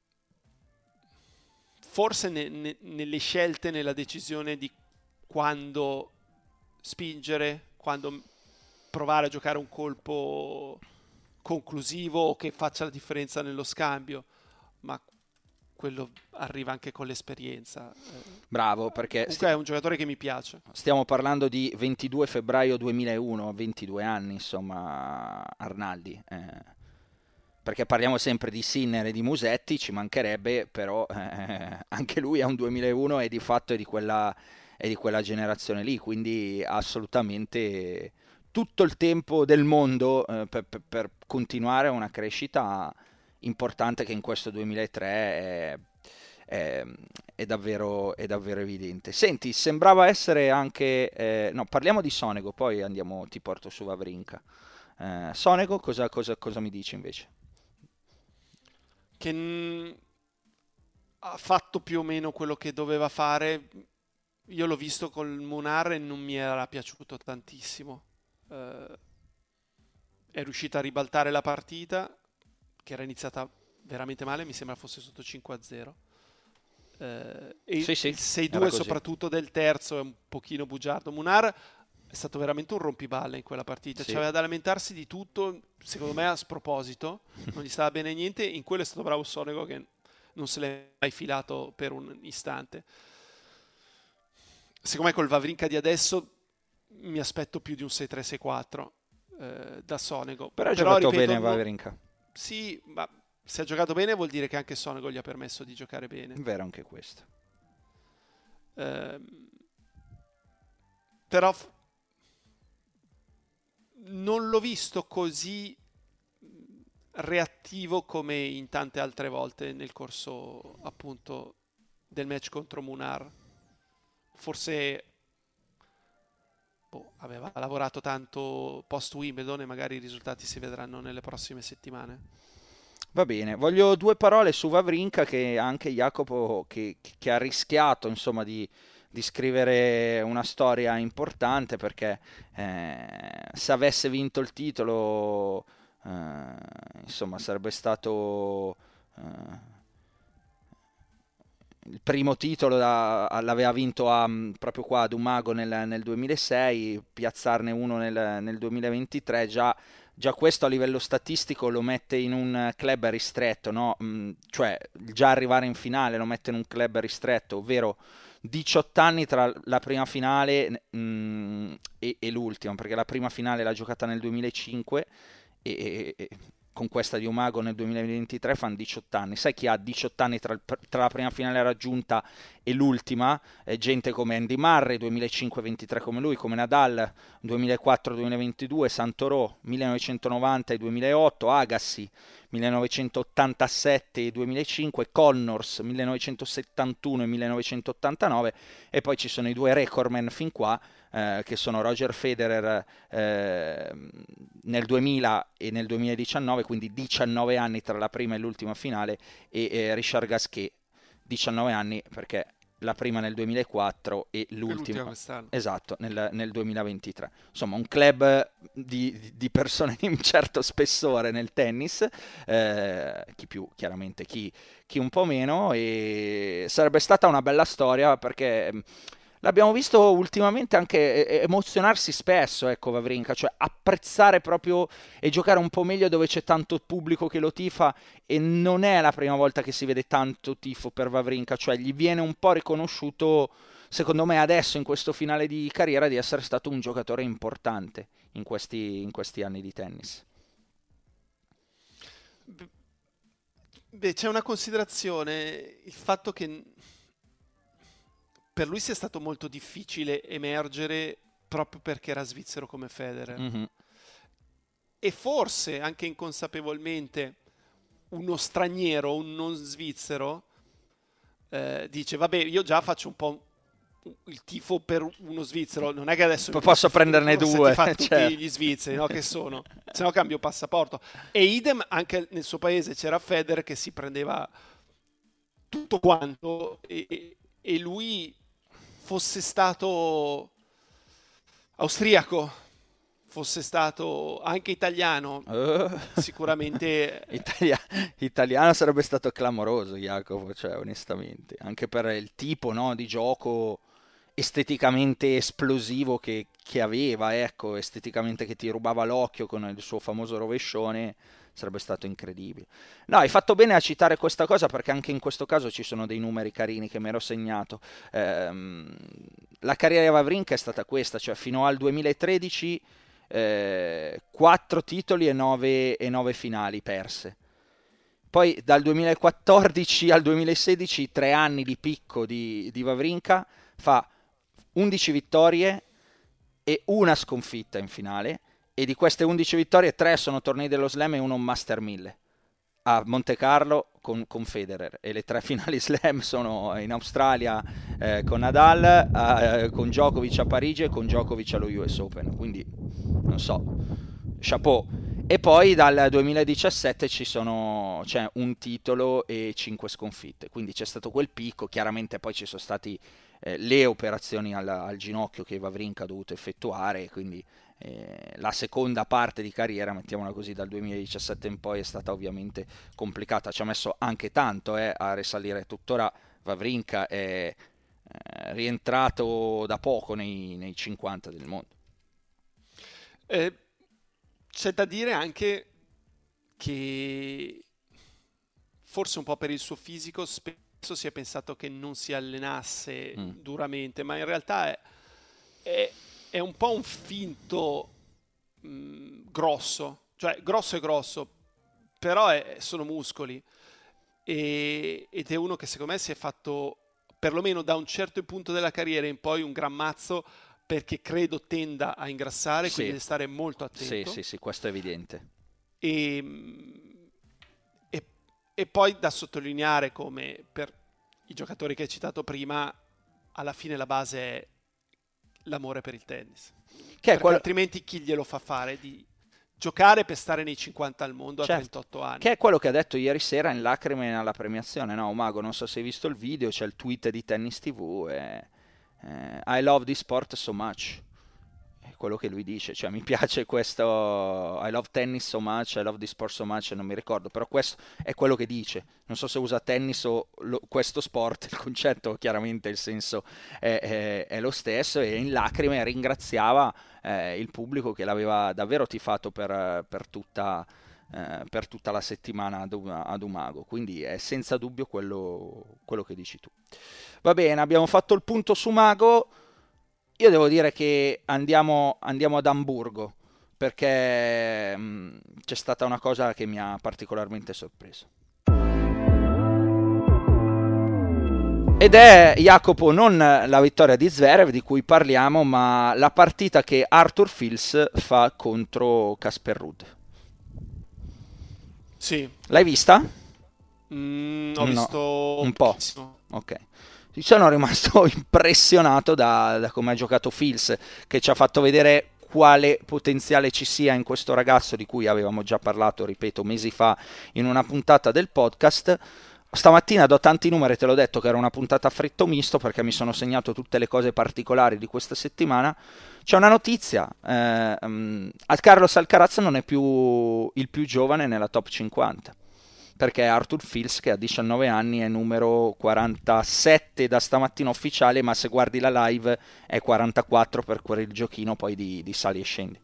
forse ne, ne, nelle scelte, nella decisione di quando spingere, quando provare a giocare un colpo conclusivo o che faccia la differenza nello scambio, ma quello arriva anche con l'esperienza. Bravo, perché comunque è un giocatore che mi piace. Stiamo parlando di ventidue febbraio duemilauno, ventidue anni, insomma, Arnaldi. Eh. Perché parliamo sempre di Sinner e di Musetti, ci mancherebbe, però eh, anche lui è un duemilauno e di fatto è di quella, è di quella generazione lì, quindi assolutamente tutto il tempo del mondo eh, per, per, per continuare una crescita importante che in questo duemilatré è, è, è, davvero, è davvero evidente. Senti, sembrava essere anche... Eh, no, parliamo di Sonego, poi andiamo, ti porto su Wawrinka. Eh, Sonego, cosa, cosa, cosa mi dici invece? Che n- ha fatto più o meno quello che doveva fare. Io l'ho visto col Munar e non mi era piaciuto tantissimo. Uh, è riuscita a ribaltare la partita, che era iniziata veramente male, mi sembra fosse sotto cinque a zero. Uh, e sì, sì, il sei due soprattutto del terzo è un pochino bugiardo. Munar è stato veramente un rompiballe in quella partita, sì. C'aveva da lamentarsi di tutto, secondo me a sproposito, non gli stava bene niente. In quello è stato bravo Sonego, che non se l'è mai filato per un istante. Secondo me col Wawrinka di adesso mi aspetto più di un sei tre sei quattro eh, da Sonego. Però ha giocato ripeto, bene Wawrinka. Non... Sì, ma se ha giocato bene vuol dire che anche Sonego gli ha permesso di giocare bene. Vero anche questo. Eh, però non l'ho visto così reattivo come in tante altre volte nel corso appunto del match contro Munar. Forse boh, aveva lavorato tanto post Wimbledon e magari i risultati si vedranno nelle prossime settimane. Va bene, voglio due parole su Wawrinka, che anche Jacopo che, che ha rischiato insomma di, di scrivere una storia importante, perché eh, se avesse vinto il titolo eh, insomma sarebbe stato eh, il primo titolo da- l'aveva vinto a, proprio qua ad Umago nel, nel duemilasei, piazzarne uno nel, nel duemilaventitré, già, già questo a livello statistico lo mette in un club ristretto, no? Mm, cioè già arrivare in finale lo mette in un club ristretto, ovvero diciotto anni tra la prima finale mm, e, e l'ultima, perché la prima finale l'ha giocata nel duemilacinque e, e- con questa di Umago nel duemilaventitré fanno diciotto anni. Sai chi ha diciotto anni tra, il- tra la prima finale raggiunta e l'ultima? È gente come Andy Murray, duemilacinque ventitré come lui, come Nadal, duemilaquattro duemilaventidue, Santoro, millenovecentonovanta e duemilaotto, Agassi, millenovecentottantasette e duemilacinque, Connors, millenovecentosettantuno e millenovecentottantanove, e poi ci sono i due recordman fin qua, eh, che sono Roger Federer eh, nel duemila e nel duemiladiciannove, quindi diciannove anni tra la prima e l'ultima finale, e eh, Richard Gasquet, diciannove anni perché la prima nel duemilaquattro e l'ultima l'ultima quest'anno. esatto nel, nel duemilaventitré. Insomma, un club di, di persone di un certo spessore nel tennis, eh, chi più chiaramente, chi, chi un po' meno, e sarebbe stata una bella storia, perché mh, l'abbiamo visto ultimamente anche eh, emozionarsi spesso, ecco, Wawrinka, cioè apprezzare proprio e giocare un po' meglio dove c'è tanto pubblico che lo tifa, e non è la prima volta che si vede tanto tifo per Wawrinka, cioè gli viene un po' riconosciuto, secondo me adesso in questo finale di carriera, di essere stato un giocatore importante in questi, in questi anni di tennis. Beh, c'è una considerazione, il fatto che per lui sia stato molto difficile emergere proprio perché era svizzero come Federer. Mm-hmm. E forse anche inconsapevolmente uno straniero, un non svizzero, eh, dice vabbè, io già faccio un po' il tifo per uno svizzero, non è che adesso P- posso prenderne due, fa tutti certo. gli svizzeri, no? Che sono, se no cambio passaporto. E idem anche nel suo paese c'era Federer che si prendeva tutto quanto, e, e- e lui fosse stato austriaco, fosse stato anche italiano, Uh. sicuramente Italia- italiano sarebbe stato clamoroso, Jacopo, cioè onestamente, anche per il tipo, no, di gioco esteticamente esplosivo che, che aveva, ecco, esteticamente che ti rubava l'occhio con il suo famoso rovescione, sarebbe stato incredibile. No, hai fatto bene a citare questa cosa, perché anche in questo caso ci sono dei numeri carini che mi ero segnato. Ehm, la carriera di Wawrinka è stata questa, cioè fino al duemilatredici eh, quattro titoli e nove, e nove finali perse. Poi dal duemilaquattordici al duemilasedici, tre anni di picco di, di Wawrinka, fa undici vittorie e una sconfitta in finale, e di queste undici vittorie tre sono tornei dello Slam e uno un Master mille a Monte Carlo con, con Federer, e le tre finali Slam sono in Australia eh, con Nadal, eh, con Djokovic a Parigi e con Djokovic allo U S Open, quindi non so, chapeau. E poi dal duemiladiciassette ci sono, c'è un titolo e cinque sconfitte, quindi c'è stato quel picco, chiaramente poi ci sono stati eh, le operazioni al, al ginocchio che Wawrinka ha dovuto effettuare, quindi eh, la seconda parte di carriera, mettiamola così, dal duemiladiciassette in poi è stata ovviamente complicata, ci ha messo anche tanto eh, a risalire. Tuttora Wawrinka è eh, rientrato da poco nei, nei cinquanta del mondo. Eh, c'è da dire anche che forse un po' per il suo fisico spesso si è pensato che non si allenasse Mm. duramente, ma in realtà è, è- è un po' un finto mh, grosso, cioè grosso e grosso, però è- sono muscoli, e- ed è uno che secondo me si è fatto, perlomeno da un certo punto della carriera in poi, un gran mazzo, perché credo tenda a ingrassare, Sì. quindi deve stare molto Sì, attento. sì, sì, questo è evidente. E, e- e poi da sottolineare come per i giocatori che hai citato prima, alla fine la base è l'amore per il tennis. Che è Perché qual- altrimenti chi glielo fa fare di, giocare per stare nei cinquanta al mondo certo, a trentotto anni. Che è quello che ha detto ieri sera in lacrime alla premiazione, no? Mago, non so se hai visto il video, c'è il tweet di Tennis tivù e eh, I love this sport so much. È quello che lui dice, cioè mi piace questo, I love tennis so much, I love this sport so much, non mi ricordo, però questo è quello che dice. Non so se usa tennis o lo, questo sport, il concetto chiaramente, il senso è, è, è lo stesso, e in lacrime ringraziava eh, il pubblico che l'aveva davvero tifato per, per, tutta, eh, per tutta la settimana ad, ad Umago, quindi è senza dubbio quello, quello che dici tu. Va bene, abbiamo fatto il punto su Umago. Io devo dire che andiamo, andiamo ad Amburgo, perché mh, c'è stata una cosa che mi ha particolarmente sorpreso. Ed è, Jacopo, non la vittoria di Zverev di cui parliamo, ma la partita che Arthur Fils fa contro Casper Ruud. Sì. L'hai vista? Mm, ho no, visto un po'. Pochissimo. Ok. Sono rimasto impressionato da, da come ha giocato Fils, che ci ha fatto vedere quale potenziale ci sia in questo ragazzo di cui avevamo già parlato, ripeto, mesi fa in una puntata del podcast. Stamattina do tanti numeri, te l'ho detto che era una puntata a fritto misto perché mi sono segnato tutte le cose particolari di questa settimana. C'è una notizia, eh, um, Carlos Alcaraz non è più il più giovane nella top cinquanta, perché Arthur Fils, che ha diciannove anni, è numero quarantasette da stamattina ufficiale, ma se guardi la live è quarantaquattro per quel giochino poi di, di sali e scendi.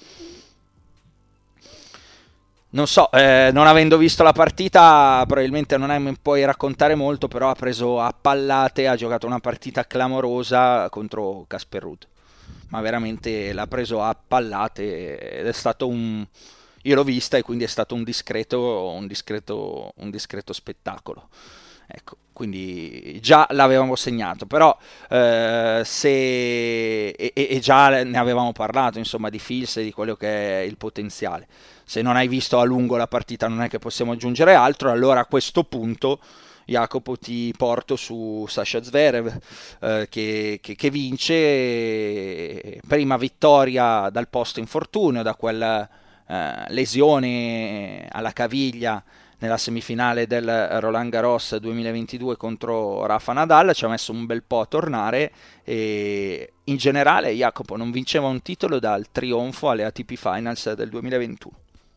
Non so, eh, non avendo visto la partita, probabilmente non mi puoi raccontare molto, però ha preso a pallate, ha giocato una partita clamorosa contro Casper Ruud, ma veramente l'ha preso a pallate ed è stato un... Io l'ho vista e quindi è stato un discreto, un discreto, un discreto spettacolo. Ecco, quindi già l'avevamo segnato, però eh, se e, e già ne avevamo parlato, insomma, di Fils e di quello che è il potenziale. Se non hai visto a lungo la partita non è che possiamo aggiungere altro, allora a questo punto, Jacopo, ti porto su Sasha Zverev, eh, che, che, che vince, prima vittoria dal post infortunio, da quel eh, lesione alla caviglia nella semifinale del Roland Garros duemilaventidue contro Rafa Nadal. Ci ha messo un bel po' a tornare e in generale Jacopo non vinceva un titolo dal trionfo alle A T P Finals del duemilaventuno.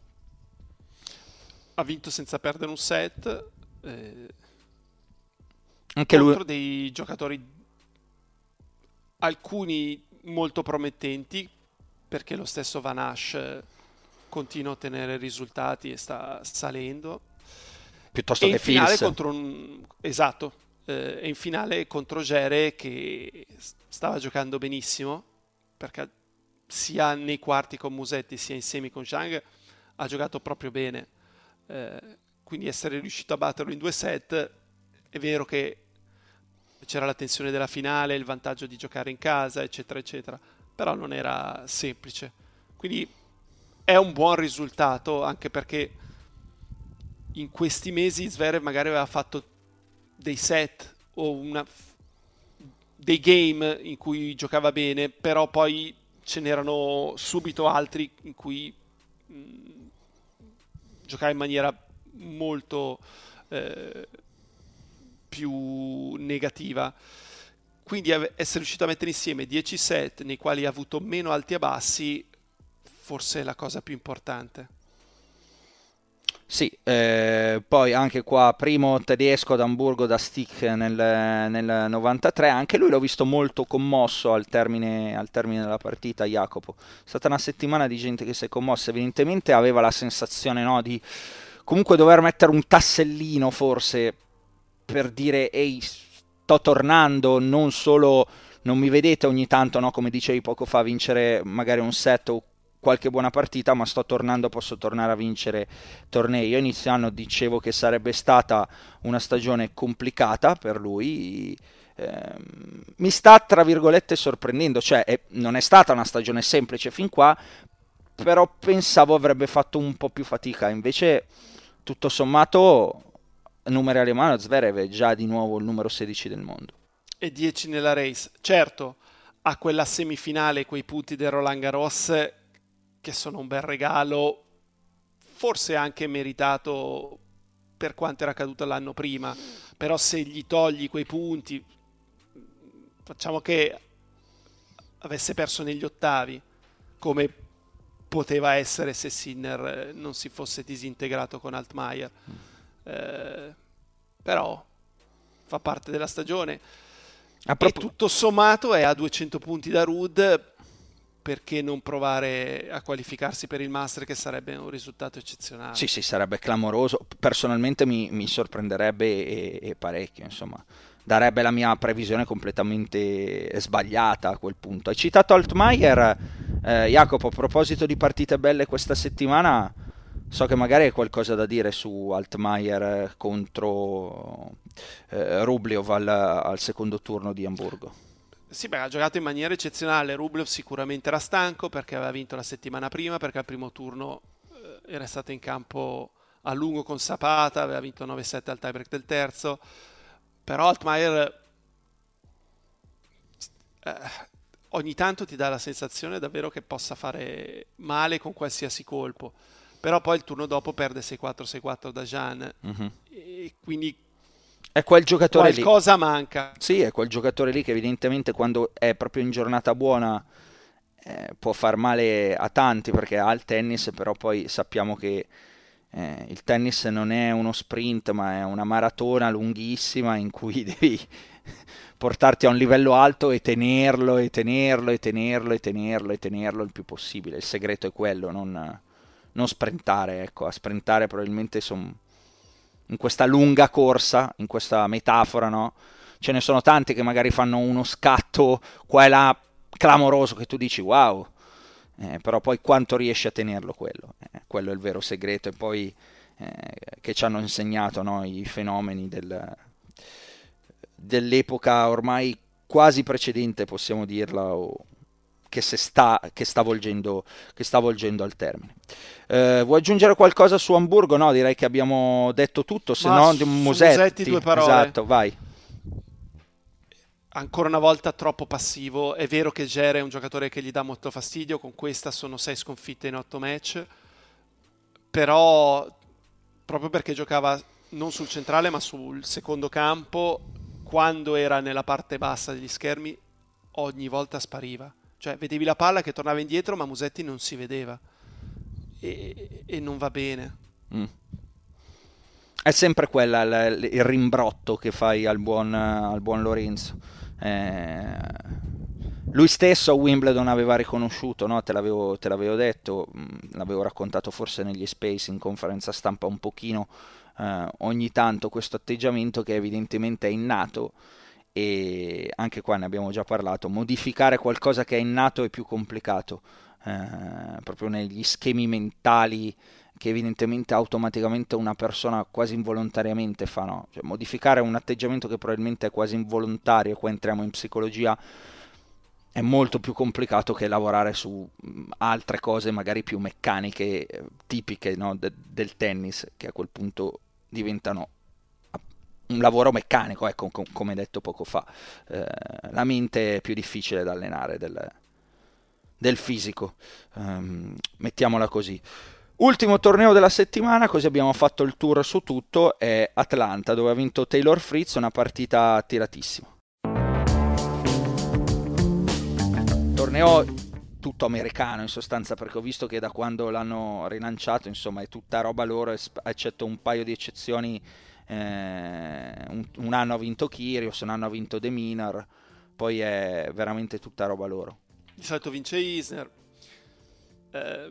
Ha vinto senza perdere un set, eh, anche contro lui... dei giocatori, alcuni molto promettenti, perché lo stesso Van Asch continua a ottenere risultati e sta salendo. Piuttosto e che in finale Fils. contro un... esatto, eh, e in finale contro Gere, che stava giocando benissimo, perché sia nei quarti con Musetti sia in semi con Zhang ha giocato proprio bene. Eh, quindi essere riuscito a batterlo in due set, è vero che c'era la tensione della finale, il vantaggio di giocare in casa, eccetera eccetera, però non era semplice, quindi è un buon risultato, anche perché in questi mesi Zverev magari aveva fatto dei set o una, dei game in cui giocava bene, però poi ce n'erano subito altri in cui mh, giocava in maniera molto eh, più negativa. Quindi essere riuscito a mettere insieme dieci set nei quali ha avuto meno alti e bassi forse è la cosa più importante. Sì, eh, poi anche qua primo tedesco ad Amburgo da Stick nel, nel novantatré, anche lui l'ho visto molto commosso al termine, al termine della partita, Jacopo. È stata una settimana di gente che si è commossa, evidentemente aveva la sensazione, no, di comunque dover mettere un tassellino forse per dire ehi, sto tornando, non solo non mi vedete ogni tanto, no, come dicevi poco fa, vincere magari un set o qualche buona partita, ma sto tornando, posso tornare a vincere tornei. Io inizio anno dicevo che sarebbe stata una stagione complicata per lui, eh, mi sta tra virgolette sorprendendo, cioè è, non è stata una stagione semplice fin qua, però pensavo avrebbe fatto un po' più fatica, invece tutto sommato numeri alle mani, Zverev è già di nuovo il numero sedici del mondo. E dieci nella race, certo, a quella semifinale, quei punti del Roland Garros che sono un bel regalo, forse anche meritato per quanto era accaduto l'anno prima, però se gli togli quei punti, facciamo che avesse perso negli ottavi, come poteva essere se Sinner non si fosse disintegrato con Altmaier, eh, però fa parte della stagione. A E tutto sommato è a duecento punti da Ruud, perché non provare a qualificarsi per il Master, che sarebbe un risultato eccezionale. Sì, sì, sarebbe clamoroso. Personalmente mi, mi sorprenderebbe e, e parecchio, insomma. Darebbe la mia previsione completamente sbagliata a quel punto. Hai citato Altmaier, eh, Jacopo, a proposito di partite belle questa settimana, so che magari hai qualcosa da dire su Altmaier contro eh, Rublev al, al secondo turno di Amburgo. Sì, beh, ha giocato in maniera eccezionale. Rublev sicuramente era stanco perché aveva vinto la settimana prima, perché al primo turno eh, era stato in campo a lungo con Zapata, aveva vinto nove sette al tiebreak del terzo. Però Altmaier eh, ogni tanto ti dà la sensazione davvero che possa fare male con qualsiasi colpo, però poi il turno dopo perde sei quattro sei quattro da Jean, mm-hmm. e quindi è quel giocatore qualcosa lì. manca. Sì, è quel giocatore lì che evidentemente quando è proprio in giornata buona eh, può far male a tanti, perché ha il tennis, però poi sappiamo che eh, il tennis non è uno sprint, ma è una maratona lunghissima in cui devi portarti a un livello alto e tenerlo e tenerlo e tenerlo e tenerlo e tenerlo il più possibile. Il segreto è quello, non, non sprintare, ecco. A sprintare probabilmente sono in questa lunga corsa, in questa metafora, no? Ce ne sono tanti che magari fanno uno scatto qua e là clamoroso che tu dici wow, eh, però poi quanto riesci a tenerlo quello? Eh, quello è il vero segreto, e poi eh, che ci hanno insegnato, no, i fenomeni del, dell'epoca ormai quasi precedente, possiamo dirla, o che, se sta, che, sta volgendo, che sta volgendo al termine. Eh, vuoi aggiungere qualcosa su Amburgo? No, direi che abbiamo detto tutto, se Ma no su Musetti, Musetti due parole. Esatto, vai. Ancora una volta troppo passivo. È vero che Gere è un giocatore che gli dà molto fastidio, con questa sono sei sconfitte in otto match, però proprio perché giocava non sul centrale ma sul secondo campo, quando era nella parte bassa degli schermi ogni volta spariva, cioè vedevi la palla che tornava indietro ma Musetti non si vedeva, e, e non va bene. Mm. È sempre quella il, il rimbrotto che fai al buon, al buon Lorenzo. Eh, lui stesso a Wimbledon aveva riconosciuto, no? te, l'avevo, te l'avevo detto, mh, l'avevo raccontato forse negli space in conferenza stampa un pochino, eh, ogni tanto questo atteggiamento che evidentemente è innato, e anche qua ne abbiamo già parlato, modificare qualcosa che è innato è più complicato, eh, proprio negli schemi mentali che evidentemente automaticamente una persona quasi involontariamente fa, no? Cioè, modificare un atteggiamento che probabilmente è quasi involontario, qua entriamo in psicologia, è molto più complicato che lavorare su altre cose magari più meccaniche, eh, tipiche, no? De- del tennis, che a quel punto diventano un lavoro meccanico, ecco, com- come detto poco fa. Eh, la mente è più difficile da allenare del, del fisico, um, mettiamola così. Ultimo torneo della settimana, così abbiamo fatto il tour su tutto, è Atlanta, dove ha vinto Taylor Fritz, una partita tiratissima. Torneo tutto americano in sostanza, perché ho visto che da quando l'hanno rilanciato, insomma, è tutta roba loro, eccetto un paio di eccezioni. Eh, un, un anno ha vinto Kyrgios, un anno ha vinto De Minaur, poi è veramente tutta roba loro. Di solito vince Isner. Eh...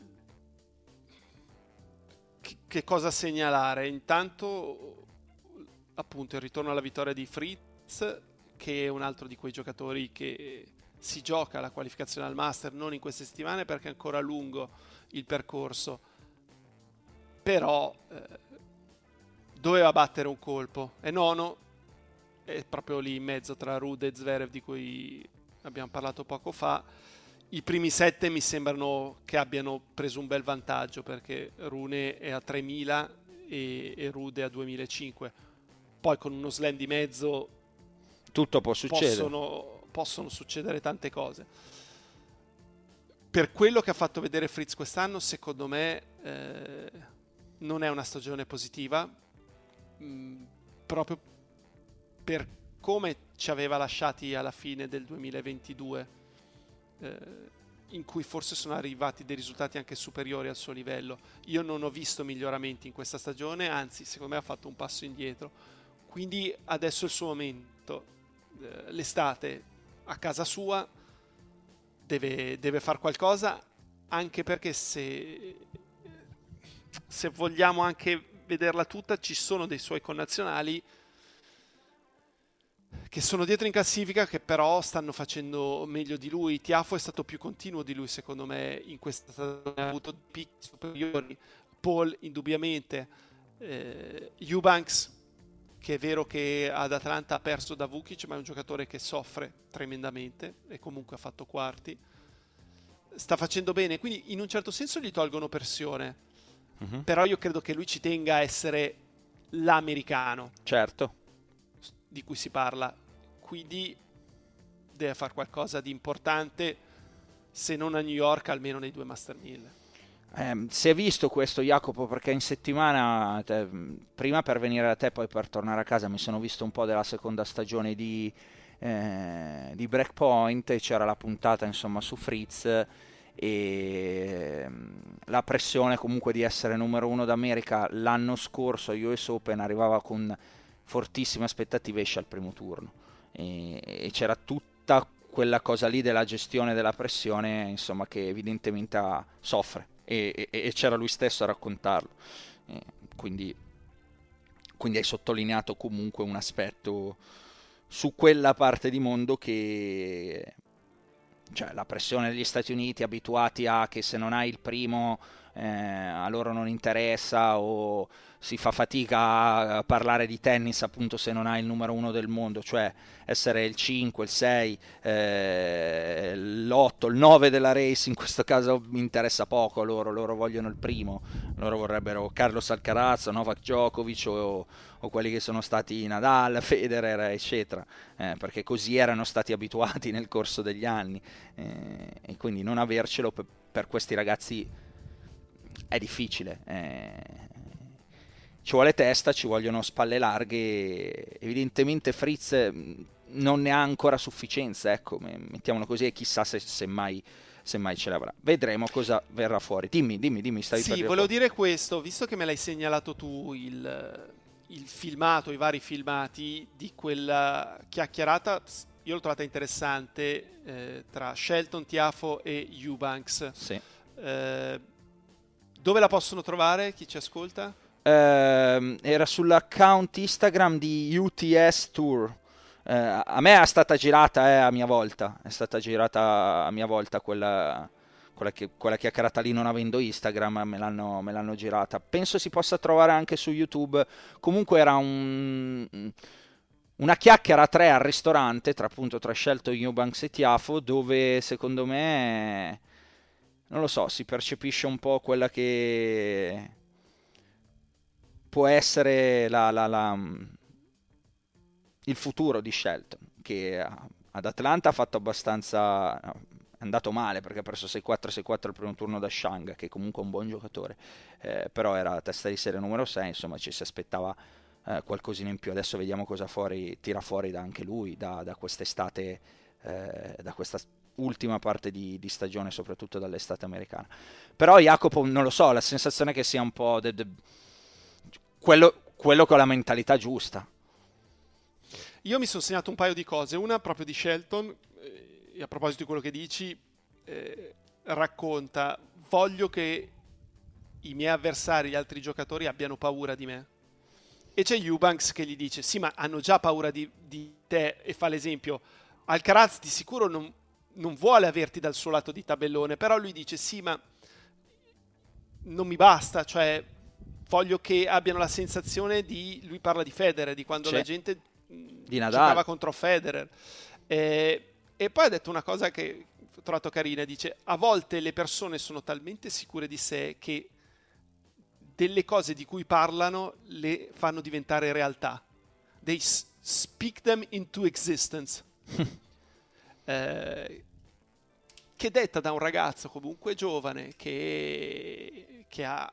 Che cosa segnalare? Intanto, appunto, il ritorno alla vittoria di Fritz, che è un altro di quei giocatori che si gioca la qualificazione al Master, non in queste settimane perché è ancora lungo il percorso, però eh, doveva battere un colpo. È nono, è proprio lì in mezzo tra Ruud e Zverev, di cui abbiamo parlato poco fa. I primi sette mi sembrano che abbiano preso un bel vantaggio, perché Rune è a tremila e, e Ruud è a duemilacinquecento. Poi con uno slam di mezzo tutto può succedere. Possono, possono succedere tante cose. per quello che ha fatto vedere Fritz quest'anno, secondo me eh, non è una stagione positiva, mh, proprio per come ci aveva lasciati alla fine del duemilaventidue, eh, in cui forse sono arrivati dei risultati anche superiori al suo livello. Io non ho visto miglioramenti in questa stagione, anzi secondo me ha fatto un passo indietro, quindi adesso è il suo momento. eh, l'estate a casa sua deve, deve fare qualcosa, anche perché se, se vogliamo anche vederla tutta, ci sono dei suoi connazionali che sono dietro in classifica, che però stanno facendo meglio di lui. Tiafo è stato più continuo di lui, secondo me, in questa stagione, ha avuto picchi superiori. Paul, indubbiamente. Eh, Eubanks, che è vero che ad Atlanta ha perso da Vukic, ma è un giocatore che soffre tremendamente e comunque ha fatto quarti. Sta facendo bene, quindi in un certo senso gli tolgono pressione. Uh-huh. Però io credo che lui ci tenga a essere l'americano. Certo. Di cui si parla, quindi deve fare qualcosa di importante, se non a New York almeno nei due Master mille. Eh, si è visto questo, Jacopo, perché in settimana, te, prima per venire da te poi per tornare a casa, mi sono visto un po' della seconda stagione di, eh, di Breakpoint, e c'era la puntata insomma su Fritz, e la pressione comunque di essere numero uno d'America. L'anno scorso a U S Open arrivava con fortissime aspettative, esce al primo turno, e, e c'era tutta quella cosa lì della gestione della pressione, insomma, che evidentemente ha, soffre, e, e, e c'era lui stesso a raccontarlo, e quindi, quindi hai sottolineato comunque un aspetto su quella parte di mondo che, cioè, la pressione degli Stati Uniti, abituati a che se non hai il primo eh, a loro non interessa, o si fa fatica a parlare di tennis appunto se non hai il numero uno del mondo, cioè essere il cinque, il sei, eh, l'otto, il nove della race, in questo caso mi interessa poco a loro, loro vogliono il primo, loro vorrebbero Carlos Alcaraz, Novak Djokovic o, o quelli che sono stati Nadal, Federer, eccetera, eh, perché così erano stati abituati nel corso degli anni, eh, e quindi non avercelo per, per questi ragazzi è difficile. eh. Ci vuole testa, ci vogliono spalle larghe, evidentemente Fritz non ne ha ancora sufficienza, ecco, mettiamolo così, e chissà se, se, mai, se mai ce l'avrà. Vedremo cosa verrà fuori. Dimmi, dimmi, dimmi, stavi sì, per dire volevo fuori. dire questo, visto che me l'hai segnalato tu il, il filmato, i vari filmati di quella chiacchierata, io l'ho trovata interessante, eh, tra Shelton, Tiafo e Eubanks. Sì. Eh, dove la possono trovare, chi ci ascolta? Uh, era sull'account Instagram di U T S Tour. Uh, a me è stata girata eh, a mia volta, è stata girata a mia volta quella, quella, che, quella chiacchierata lì, non avendo Instagram, me l'hanno, me l'hanno girata. Penso si possa trovare anche su YouTube. Comunque era un, una chiacchiera a tre al ristorante, tra appunto tra Shelton, Eubanks e Tiafo, dove secondo me, non lo so, si percepisce un po' quella che può essere la, la, la, il futuro di Shelton, che ad Atlanta ha fatto abbastanza, è andato male perché ha perso sei quattro sei quattro al primo turno da Shang, che comunque è un buon giocatore, eh, però era testa di serie numero sei, insomma ci si aspettava eh, qualcosina in più. Adesso vediamo cosa fuori, tira fuori da anche lui da, da quest'estate, eh, da questa ultima parte di, di stagione, soprattutto dall'estate americana. Però Jacopo, non lo so, la sensazione è che sia un po' de, de, Quello, quello con la mentalità giusta. Io mi sono segnato un paio di cose. Una proprio di Shelton, eh, a proposito di quello che dici, eh, racconta: voglio che i miei avversari, gli altri giocatori, abbiano paura di me. E c'è Eubanks che gli dice: sì, ma hanno già paura di, di te, e fa l'esempio. Alcaraz di sicuro non, non vuole averti dal suo lato di tabellone, però lui dice: sì, ma non mi basta, cioè voglio che abbiano la sensazione di, lui parla di Federer, di quando C'è. la gente di giocava contro Federer, e, e poi ha detto una cosa che ho trovato carina, dice: a volte le persone sono talmente sicure di sé che delle cose di cui parlano le fanno diventare realtà, they speak them into existence. eh, che detta da un ragazzo comunque giovane che, che ha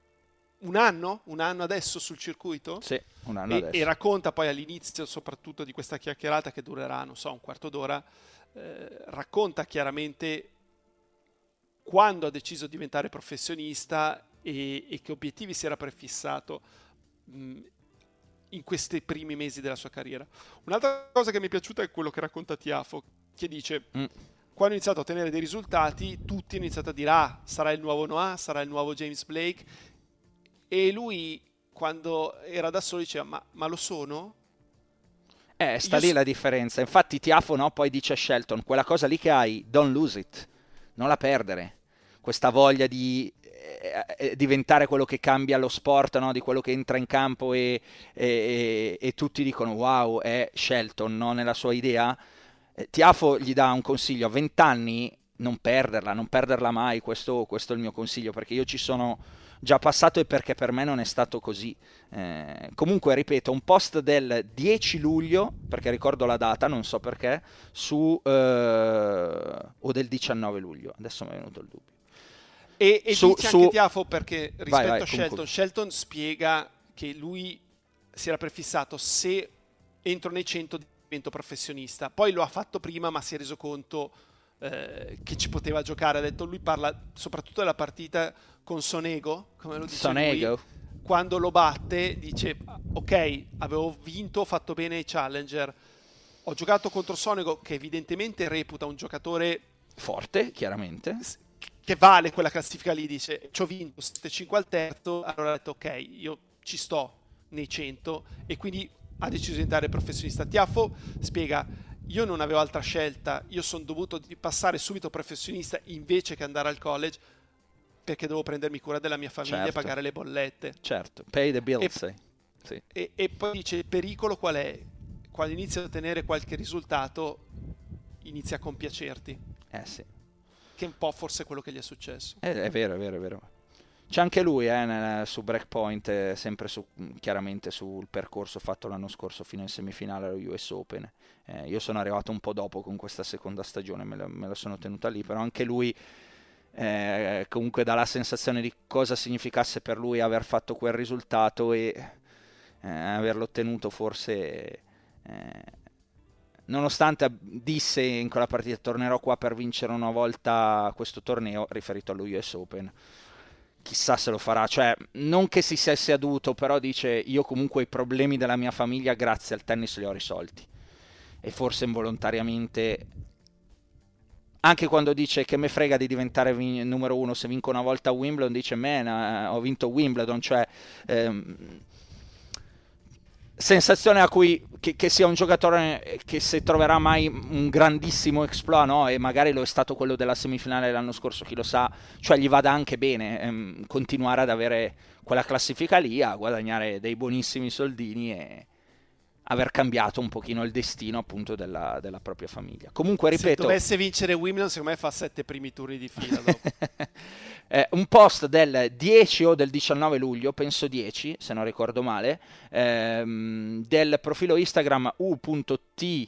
un anno, un anno adesso sul circuito, sì, un anno e, adesso. e racconta poi all'inizio soprattutto di questa chiacchierata che durerà, non so, un quarto d'ora, eh, racconta chiaramente quando ha deciso di diventare professionista e, e che obiettivi si era prefissato mh, in questi primi mesi della sua carriera. Un'altra cosa che mi è piaciuta è quello che racconta Tiafoe, che dice mm. quando ho iniziato a ottenere dei risultati tutti hanno iniziato a dire ah, sarà il nuovo Noah, sarà il nuovo James Blake, e lui quando era da solo diceva ma, ma lo sono? Eh, sta Io lì so- la differenza. Infatti Tiafoe, no, poi dice a Shelton, quella cosa lì che hai, don't lose it, non la perdere. Questa voglia di eh, eh, diventare quello che cambia lo sport, no? Di quello che entra in campo e, e, e, e tutti dicono wow, è Shelton, no? Nella sua idea. Eh, Tiafoe gli dà un consiglio, a venti anni non perderla, non perderla mai, questo, questo è il mio consiglio, perché io ci sono già passato e perché per me non è stato così. Eh, comunque, ripeto, un post del dieci luglio, perché ricordo la data, non so perché, su eh, o del diciannove luglio, adesso mi è venuto il dubbio. E, e su, dice su... anche Tiafoe perché rispetto vai, vai, a Shelton, concludo. Shelton spiega che lui si era prefissato se entro nei cento divento professionista, poi lo ha fatto prima ma si è reso conto eh, che ci poteva giocare. Ha detto, lui parla soprattutto della partita con Sonego, come lo dice Sonego. lui, quando lo batte dice ok, avevo vinto, ho fatto bene ai Challenger, ho giocato contro Sonego che evidentemente reputa un giocatore forte, chiaramente, che vale quella classifica lì, dice ci ho vinto sette cinque al terzo, allora ha detto ok, io ci sto nei cento, e quindi ha deciso di diventare professionista. Tiafoe spiega, io non avevo altra scelta, io sono dovuto passare subito professionista invece che andare al college, perché devo prendermi cura della mia famiglia, certo, e pagare le bollette. Certo, pay the bills. E, sì. e, e poi dice, il pericolo qual è? Quando inizi a ottenere qualche risultato, inizia a compiacerti. Eh sì. Che è un po' forse quello che gli è successo. Eh, è vero, è vero, è vero. C'è anche lui eh, nel, su Breakpoint, eh, sempre su, chiaramente sul percorso fatto l'anno scorso fino in semifinale allo U S Open. Eh, io sono arrivato un po' dopo con questa seconda stagione, me la, me la sono tenuta lì, però anche lui eh, comunque dà la sensazione di cosa significasse per lui aver fatto quel risultato e eh, averlo ottenuto forse... Eh, nonostante disse in quella partita tornerò qua per vincere una volta questo torneo, riferito allo U S Open, chissà se lo farà, cioè non che si sia seduto, però dice io comunque i problemi della mia famiglia grazie al tennis li ho risolti, e forse involontariamente anche quando dice che me frega di diventare vin- numero uno se vinco una volta a Wimbledon, dice man, uh, ho vinto Wimbledon, cioè ehm, sensazione a cui che, che sia un giocatore che se troverà mai un grandissimo exploit, no? E magari lo è stato quello della semifinale dell'anno scorso, chi lo sa, cioè gli vada anche bene ehm, continuare ad avere quella classifica lì, a guadagnare dei buonissimi soldini e aver cambiato un pochino il destino appunto della, della propria famiglia. Comunque ripeto, se dovesse vincere Wimbledon secondo me fa sette primi turni di fila dopo. eh, un post del dieci o del diciannove luglio, penso dieci se non ricordo male, ehm, del profilo Instagram u punto t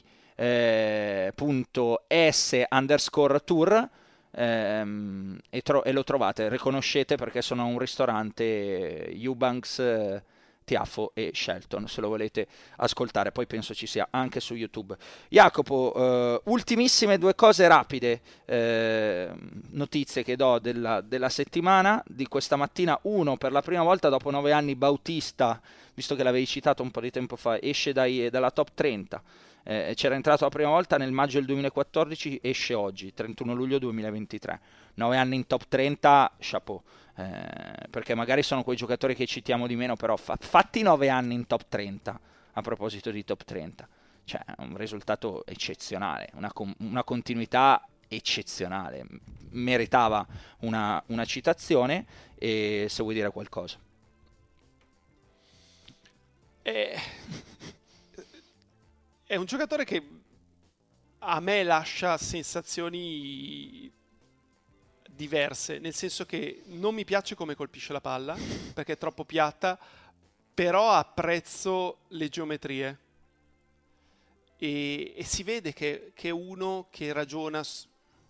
punto s underscore tour, ehm, e, tro- e lo trovate, riconoscete perché sono a un ristorante Eubanks, eh, Tiafoe e Shelton, se lo volete ascoltare, poi penso ci sia anche su YouTube. Jacopo, eh, ultimissime due cose rapide, eh, notizie che do della, della settimana, di questa mattina. Uno, per la prima volta dopo nove anni Bautista, visto che l'avevi citato un po' di tempo fa, esce dai, dalla top trenta, eh, c'era entrato la prima volta nel maggio del duemilaquattordici, esce oggi, trentuno luglio duemilaventitré, nove anni in top trenta, chapeau. Eh, perché magari sono quei giocatori che citiamo di meno, però fa- fatti nove anni in top trenta, a proposito di top trenta, cioè un risultato eccezionale, una, com- una continuità eccezionale, meritava una, una citazione. E se vuoi dire qualcosa. È... è un giocatore che a me lascia sensazioni diverse, nel senso che non mi piace come colpisce la palla perché è troppo piatta, però apprezzo le geometrie e, e si vede che, che è uno che ragiona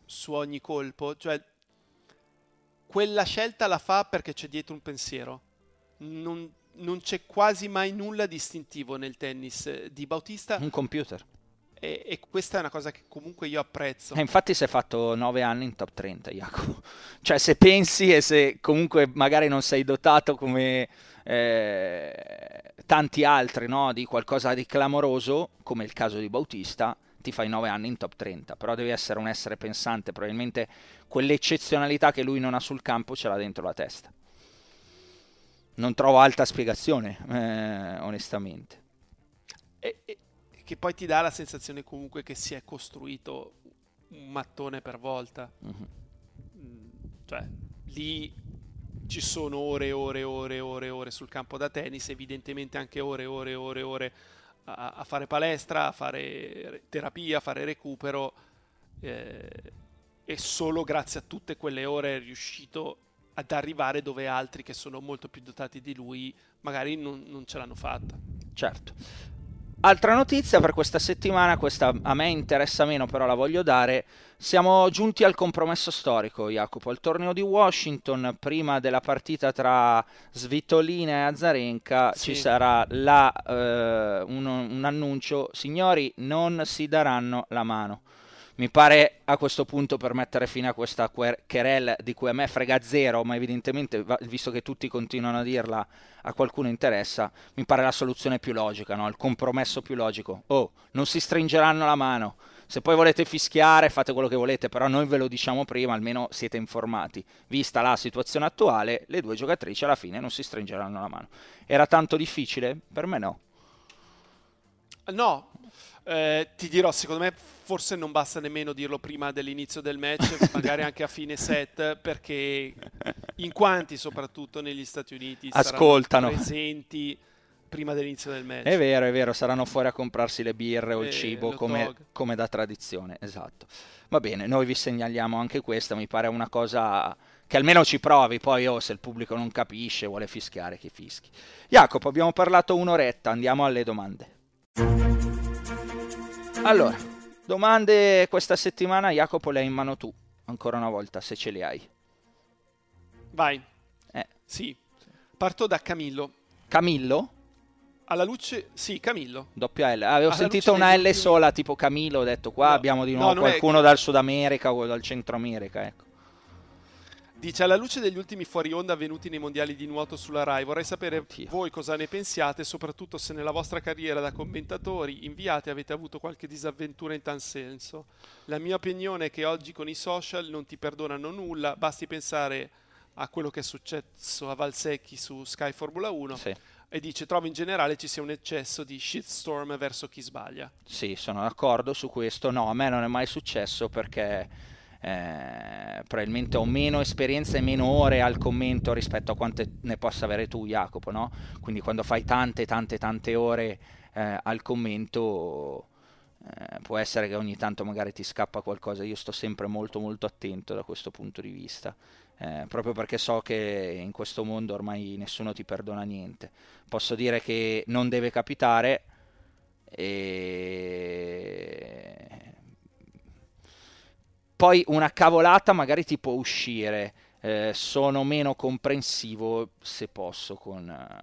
su ogni colpo, cioè quella scelta la fa perché c'è dietro un pensiero. Non, non c'è quasi mai nulla distintivo nel tennis di Bautista. Un computer. E, e questa è una cosa che comunque io apprezzo. E infatti si è fatto nove anni in top trenta, Jacopo. Cioè, se pensi e se comunque magari non sei dotato come eh, tanti altri, no, di qualcosa di clamoroso, come il caso di Bautista, ti fai nove anni in top trenta. Però devi essere un essere pensante, probabilmente quell'eccezionalità che lui non ha sul campo ce l'ha dentro la testa. Non trovo altra spiegazione, eh, onestamente. E, e che poi ti dà la sensazione comunque che si è costruito un mattone per volta. Mm-hmm. Cioè, lì ci sono ore e ore e ore e ore e ore sul campo da tennis, evidentemente anche ore e ore e ore e ore a, a fare palestra, a fare terapia, a fare recupero, eh, e solo grazie a tutte quelle ore è riuscito ad arrivare dove altri che sono molto più dotati di lui magari non, non ce l'hanno fatta. Certo. Altra notizia per questa settimana, questa a me interessa meno, però la voglio dare. Siamo giunti al compromesso storico, Jacopo. Al torneo di Washington, prima della partita tra Svitolina e Azarenka, sì. ci sarà la, eh, un, un annuncio: signori, non si daranno la mano. Mi pare a questo punto, per mettere fine a questa querel di cui a me frega zero, ma evidentemente, visto che tutti continuano a dirla, a qualcuno interessa, mi pare la soluzione più logica, no? Il compromesso più logico. Oh, non si stringeranno la mano. Se poi volete fischiare, fate quello che volete, però noi ve lo diciamo prima, almeno siete informati. Vista la situazione attuale, le due giocatrici alla fine non si stringeranno la mano. Era tanto difficile? Per me no. No, eh, ti dirò, secondo me forse non basta nemmeno dirlo prima dell'inizio del match, magari anche a fine set, perché in quanti, soprattutto negli Stati Uniti, ascoltano, saranno presenti prima dell'inizio del match. È vero, è vero, saranno fuori a comprarsi le birre o il e cibo come, come da tradizione, esatto. Va bene, noi vi segnaliamo anche questa, mi pare una cosa che almeno ci provi, poi oh, se il pubblico non capisce, vuole fischiare, che fischi. Jacopo, abbiamo parlato un'oretta, andiamo alle domande. Allora, domande questa settimana, Jacopo, le hai in mano tu, ancora una volta, se ce le hai. Vai. Eh. Sì. Parto da Camillo. Camillo? Alla luce, sì, Camillo. Doppia L. Avevo Alla sentito una L ultimi... sola, tipo Camillo, ho detto qua no, abbiamo di nuovo no, qualcuno è... dal Sud America o dal Centro America, ecco. Dice: alla luce degli ultimi fuori onda avvenuti nei mondiali di nuoto sulla Rai, vorrei sapere Oddio. voi cosa ne pensiate, soprattutto se nella vostra carriera da commentatori inviati avete avuto qualche disavventura in tal senso. La mia opinione è che oggi con i social non ti perdonano nulla, basti pensare a quello che è successo a Valsecchi su Sky Formula uno. Sì. E dice: trovo in generale ci sia un eccesso di shitstorm verso chi sbaglia. Sì, sono d'accordo su questo. No, a me non è mai successo perché eh, probabilmente ho meno esperienza e meno ore al commento rispetto a quante ne possa avere tu, Jacopo, no? Quindi quando fai tante tante tante ore eh, al commento eh, può essere che ogni tanto magari ti scappa qualcosa. Io sto sempre molto molto attento da questo punto di vista. Eh, proprio perché so che in questo mondo ormai nessuno ti perdona niente. Posso dire che non deve capitare e poi una cavolata magari ti può uscire. Eh, sono meno comprensivo, se posso, con, uh,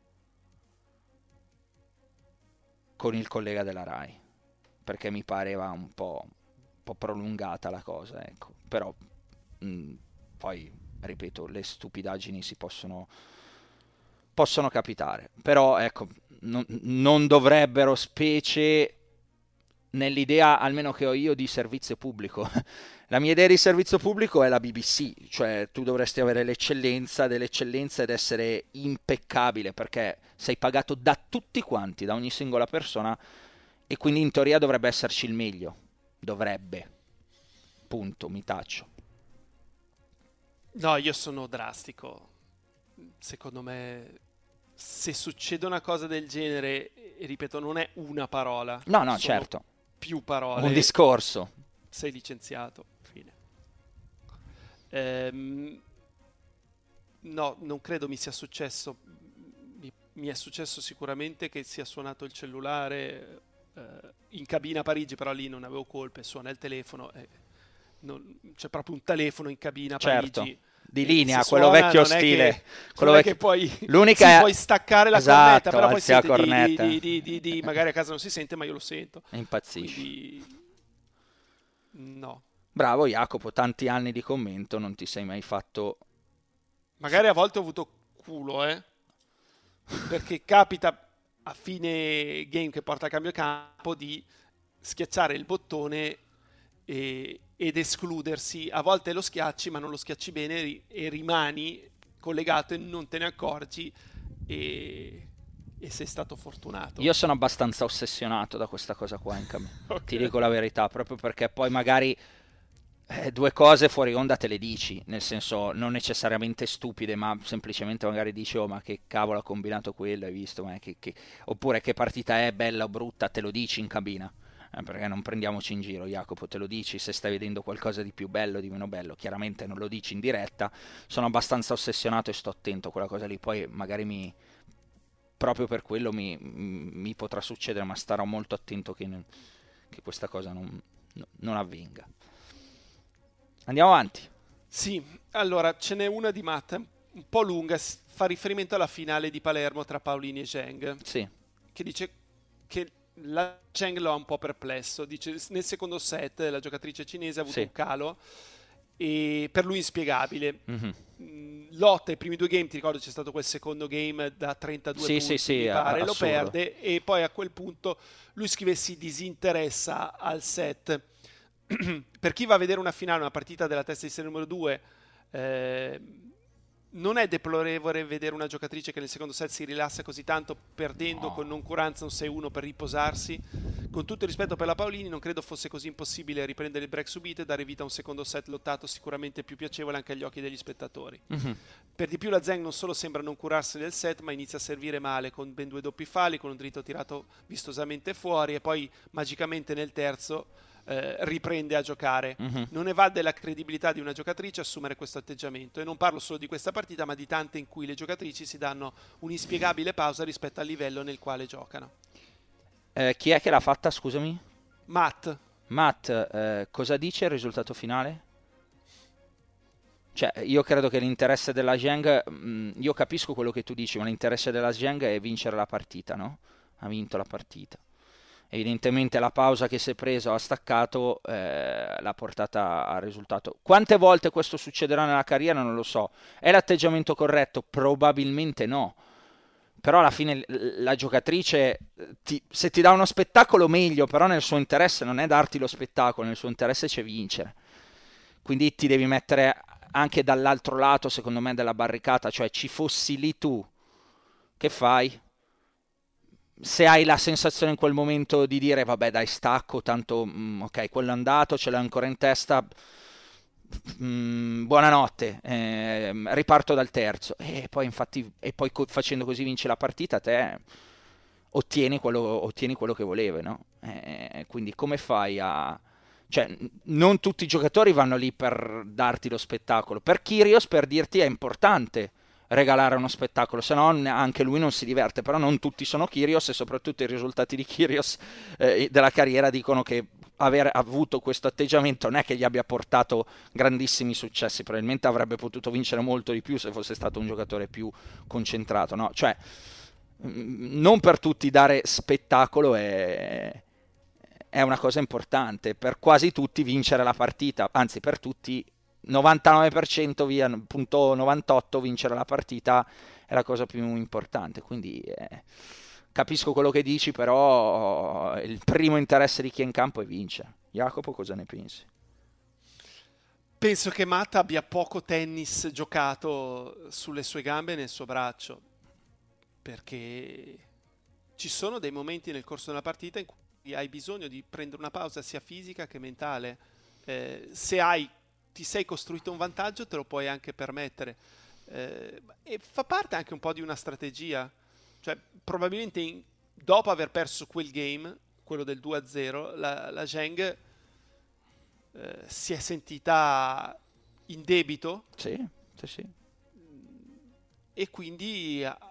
con il collega della Rai, perché mi pareva un po', un po' prolungata la cosa, ecco. Però mh, poi, ripeto, le stupidaggini si possono, possono capitare, però ecco, non, non dovrebbero, specie nell'idea almeno che ho io di servizio pubblico. La mia idea di servizio pubblico è la B B C, cioè tu dovresti avere l'eccellenza dell'eccellenza ed essere impeccabile, perché sei pagato da tutti quanti, da ogni singola persona, e quindi in teoria dovrebbe esserci il meglio. Dovrebbe. Punto, mi taccio. No, io sono drastico. Secondo me, se succede una cosa del genere, e ripeto, non è una parola. No, no, sono certo. più parole. Un discorso. Sei licenziato. Fine. Ehm, no, non credo mi sia successo. Mi, mi è successo sicuramente che sia suonato il cellulare eh, in cabina a Parigi, però lì non avevo colpe. Suona il telefono e non, c'è proprio un telefono in cabina a certo. Parigi. Di linea, Se quello suona, vecchio non è stile. che, quello non vecchio... è che poi L'unica sì, è... puoi staccare la esatto, cornetta, però poi alzi la sente cornetta. di, di, di, di, di, magari a casa non si sente, ma io lo sento. E impazzisci. Quindi... no. Bravo Jacopo, tanti anni di commento, non ti sei mai fatto... Magari a volte ho avuto culo, eh? Perché capita a fine game che porta a cambio campo di schiacciare il bottone e, ed escludersi. A volte lo schiacci, ma non lo schiacci bene ri- e rimani collegato e non te ne accorgi e, e sei stato fortunato. Io sono abbastanza ossessionato da questa cosa qua in cambio. Okay. Ti dico la verità, proprio perché poi magari... Eh, due cose fuori onda te le dici, nel senso non necessariamente stupide, ma semplicemente magari dici oh ma che cavolo ha combinato quello, hai visto, ma che, che... oppure che partita è, bella o brutta, te lo dici in cabina, eh, perché non prendiamoci in giro Jacopo, te lo dici se stai vedendo qualcosa di più bello, di meno bello, chiaramente non lo dici in diretta, sono abbastanza ossessionato e sto attento a quella cosa lì, poi magari mi... proprio per quello mi, mi potrà succedere, ma starò molto attento che, che questa cosa non, non avvenga. Andiamo avanti. Sì, allora ce n'è una di Matt, un po' lunga, fa riferimento alla finale di Palermo tra Paolini e Zheng, sì. che dice che la Zheng lo ha un po' perplesso, dice nel secondo set la giocatrice cinese ha avuto sì. un calo e per lui inspiegabile. Mm-hmm. Lotta i primi due game, ti ricordo c'è stato quel secondo game da trentadue sì, punti, sì, sì, mi pare, lo assurdo. perde e poi a quel punto lui scrive si disinteressa al set. Per chi va a vedere una finale, una partita della testa di serie numero due, eh, non è deplorevole vedere una giocatrice che nel secondo set si rilassa così tanto, perdendo no. con noncuranza un sei uno per riposarsi. Con tutto il rispetto per la Paolini, non credo fosse così impossibile riprendere il break subito e dare vita a un secondo set lottato sicuramente più piacevole anche agli occhi degli spettatori. Mm-hmm. Per di più la Zheng non solo sembra non curarsi del set, ma inizia a servire male, con ben due doppi falli, con un dritto tirato vistosamente fuori e poi magicamente nel terzo Eh, riprende a giocare. Uh-huh. Non ne va della credibilità di una giocatrice assumere questo atteggiamento, e non parlo solo di questa partita ma di tante in cui le giocatrici si danno un'inspiegabile pausa rispetto al livello nel quale giocano. Eh, chi è che l'ha fatta, scusami? Matt. Matt, eh, cosa dice il risultato finale? Cioè, io credo che l'interesse della Zheng, mh, io capisco quello che tu dici, ma l'interesse della Zheng è vincere la partita, no? Ha vinto la partita. Evidentemente la pausa che si è preso, ha staccato, eh, l'ha portata al risultato. Quante volte questo succederà nella carriera non lo so. È l'atteggiamento corretto? Probabilmente no. Però alla fine la giocatrice, ti, se ti dà uno spettacolo meglio, però nel suo interesse non è darti lo spettacolo, nel suo interesse c'è vincere. Quindi ti devi mettere anche dall'altro lato, secondo me, della barricata, cioè ci fossi lì tu, che fai? Se hai la sensazione in quel momento di dire vabbè dai stacco, tanto mm, ok, quello è andato, ce l'hai ancora in testa, mm, buonanotte, eh, riparto dal terzo e poi infatti e poi co- facendo così vinci la partita, te ottieni quello, ottieni quello che volevi, no? Eh, quindi come fai a... cioè non tutti i giocatori vanno lì per darti lo spettacolo, per Kyrgios per dirti è importante regalare uno spettacolo, se no anche lui non si diverte, però non tutti sono Kyrgios e soprattutto i risultati di Kyrgios eh, della carriera dicono che aver avuto questo atteggiamento non è che gli abbia portato grandissimi successi, probabilmente avrebbe potuto vincere molto di più se fosse stato un giocatore più concentrato, no? Cioè non per tutti dare spettacolo è, è una cosa importante, per quasi tutti vincere la partita, anzi per tutti novantanove per cento via punto novantotto vincere la partita è la cosa più importante, quindi eh, capisco quello che dici, però il primo interesse di chi è in campo è vincere. Jacopo, cosa ne pensi? Penso che Matt abbia poco tennis giocato sulle sue gambe e nel suo braccio, perché ci sono dei momenti nel corso della partita in cui hai bisogno di prendere una pausa sia fisica che mentale. Eh, se hai ti sei costruito un vantaggio, te lo puoi anche permettere. Eh, e fa parte anche un po' di una strategia. Cioè, probabilmente in, dopo aver perso quel game, quello del due a zero, la, la Zheng eh, si è sentita in debito. Sì, sì, sì. E quindi ha,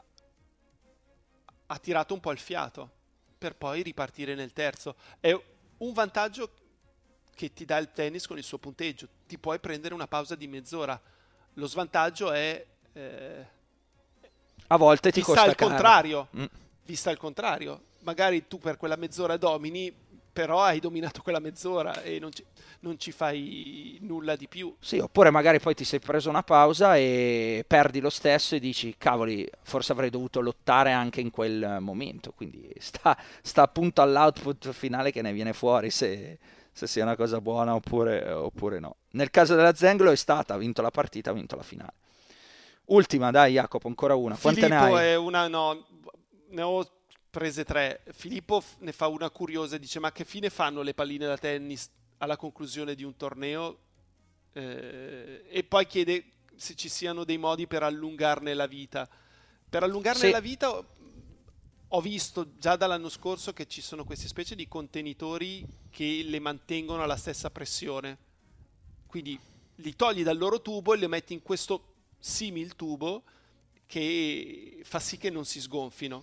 ha tirato un po' il fiato per poi ripartire nel terzo. È un vantaggio che ti dà il tennis con il suo punteggio. Ti puoi prendere una pausa di mezz'ora. Lo svantaggio è eh, a volte ti vista costa al caro. contrario, Mm. vista al contrario. Magari tu per quella mezz'ora domini, però hai dominato quella mezz'ora e non ci, non ci fai nulla di più. Sì, oppure magari poi ti sei preso una pausa e perdi lo stesso e dici, cavoli, forse avrei dovuto lottare anche in quel momento. Quindi sta, sta appunto all'output finale che ne viene fuori se, se sia una cosa buona oppure, oppure no. Nel caso della Zenglo è stata, ha vinto la partita, ha vinto la finale. Ultima, dai Jacopo, ancora una. Quante Filippo ne hai? è una, no, ne ho prese tre. Filippo f- ne fa una curiosa, dice: ma che fine fanno le palline da tennis alla conclusione di un torneo? Eh, e poi chiede se ci siano dei modi per allungarne la vita. Per allungarne Sì. la vita ho- ho visto già dall'anno scorso che ci sono queste specie di contenitori che le mantengono alla stessa pressione. Quindi li togli dal loro tubo e li metti in questo simil tubo che fa sì che non si sgonfino.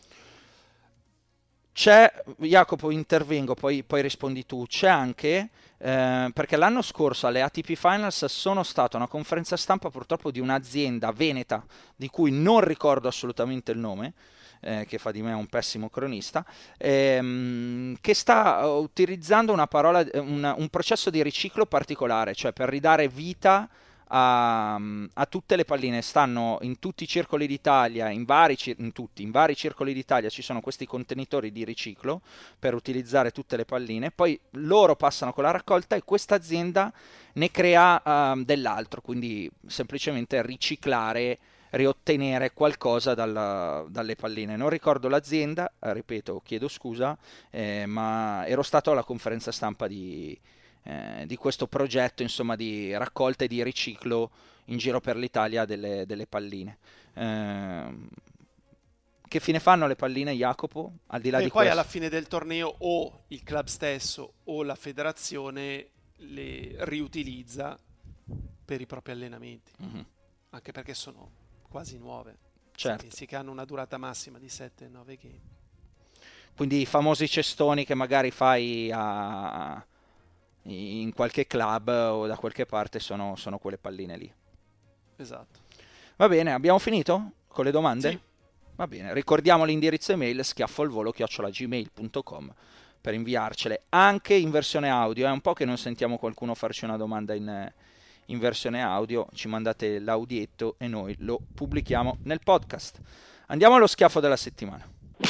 C'è, Jacopo, intervengo, poi, poi rispondi tu. C'è anche, eh, perché l'anno scorso alle A T P Finals sono stata una conferenza stampa purtroppo di un'azienda veneta, di cui non ricordo assolutamente il nome, eh, che fa di me un pessimo cronista, ehm, che sta utilizzando una parola, una- un processo di riciclo particolare, cioè per ridare vita a, a tutte le palline. Stanno in tutti i circoli d'Italia, in vari, cir- in tutti, in vari circoli d'Italia ci sono questi contenitori di riciclo per utilizzare tutte le palline, poi loro passano con la raccolta e questa azienda ne crea ehm, dell'altro, quindi semplicemente riciclare, riottenere qualcosa dalla- dalle palline. Non ricordo l'azienda, eh, ripeto, chiedo scusa, eh, ma ero stato alla conferenza stampa di eh, di questo progetto, insomma, di raccolta e di riciclo in giro per l'Italia delle, delle palline. Ehm, che fine fanno le palline, Jacopo? Al di là E di poi questo? alla fine del torneo o il club stesso o la federazione le riutilizza per i propri allenamenti, Mhm. anche perché sono quasi nuove. Certo. Pensi che hanno una durata massima di sette nove game. Quindi i famosi cestoni che magari fai a- in qualche club o da qualche parte sono, sono quelle palline lì. Esatto. Va bene, abbiamo finito con le domande? Sì. Va bene, ricordiamo l'indirizzo email schiaffolvolo chiocciola gmail punto com per inviarcele anche in versione audio. È un po' che non sentiamo qualcuno farci una domanda in, in versione audio, ci mandate l'audietto e noi lo pubblichiamo nel podcast. Andiamo allo schiaffo della settimana.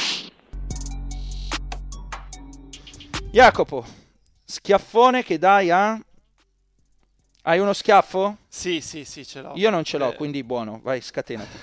Jacopo, schiaffone che dai a... Hai uno schiaffo? Sì, sì, sì, ce l'ho. Io non ce l'ho, Eh, quindi buono, vai, scatenati.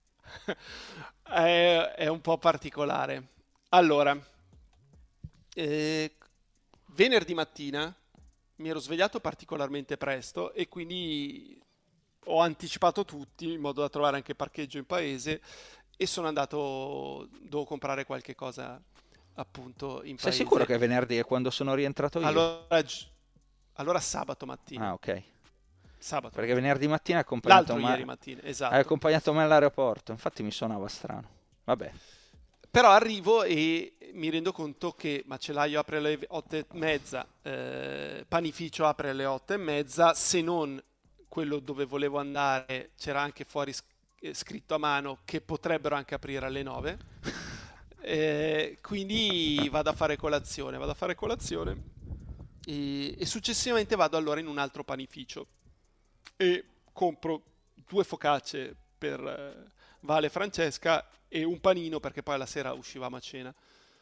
è, è un po' particolare. Allora, eh, venerdì mattina mi ero svegliato particolarmente presto e quindi ho anticipato tutti in modo da trovare anche parcheggio in paese e sono andato, devo comprare qualche cosa appunto in Sei paese. sicuro che è venerdì è quando sono rientrato io? Allora, gi- allora sabato mattina. Ah, ok. Sabato Perché venerdì mattina hai accompagnato L'altro me... ieri mattina, esatto. hai accompagnato me all'aeroporto, infatti mi suonava strano. Vabbè. Però arrivo e mi rendo conto che macellaio apre alle otto e mezza, eh, panificio apre alle otto e mezza, se non quello dove volevo andare c'era anche fuori sc- eh, scritto a mano che potrebbero anche aprire alle nove. Eh, quindi vado a fare colazione, vado a fare colazione e, e successivamente vado allora in un altro panificio e compro due focacce per eh, Vale Francesca e un panino perché poi alla sera uscivamo a cena.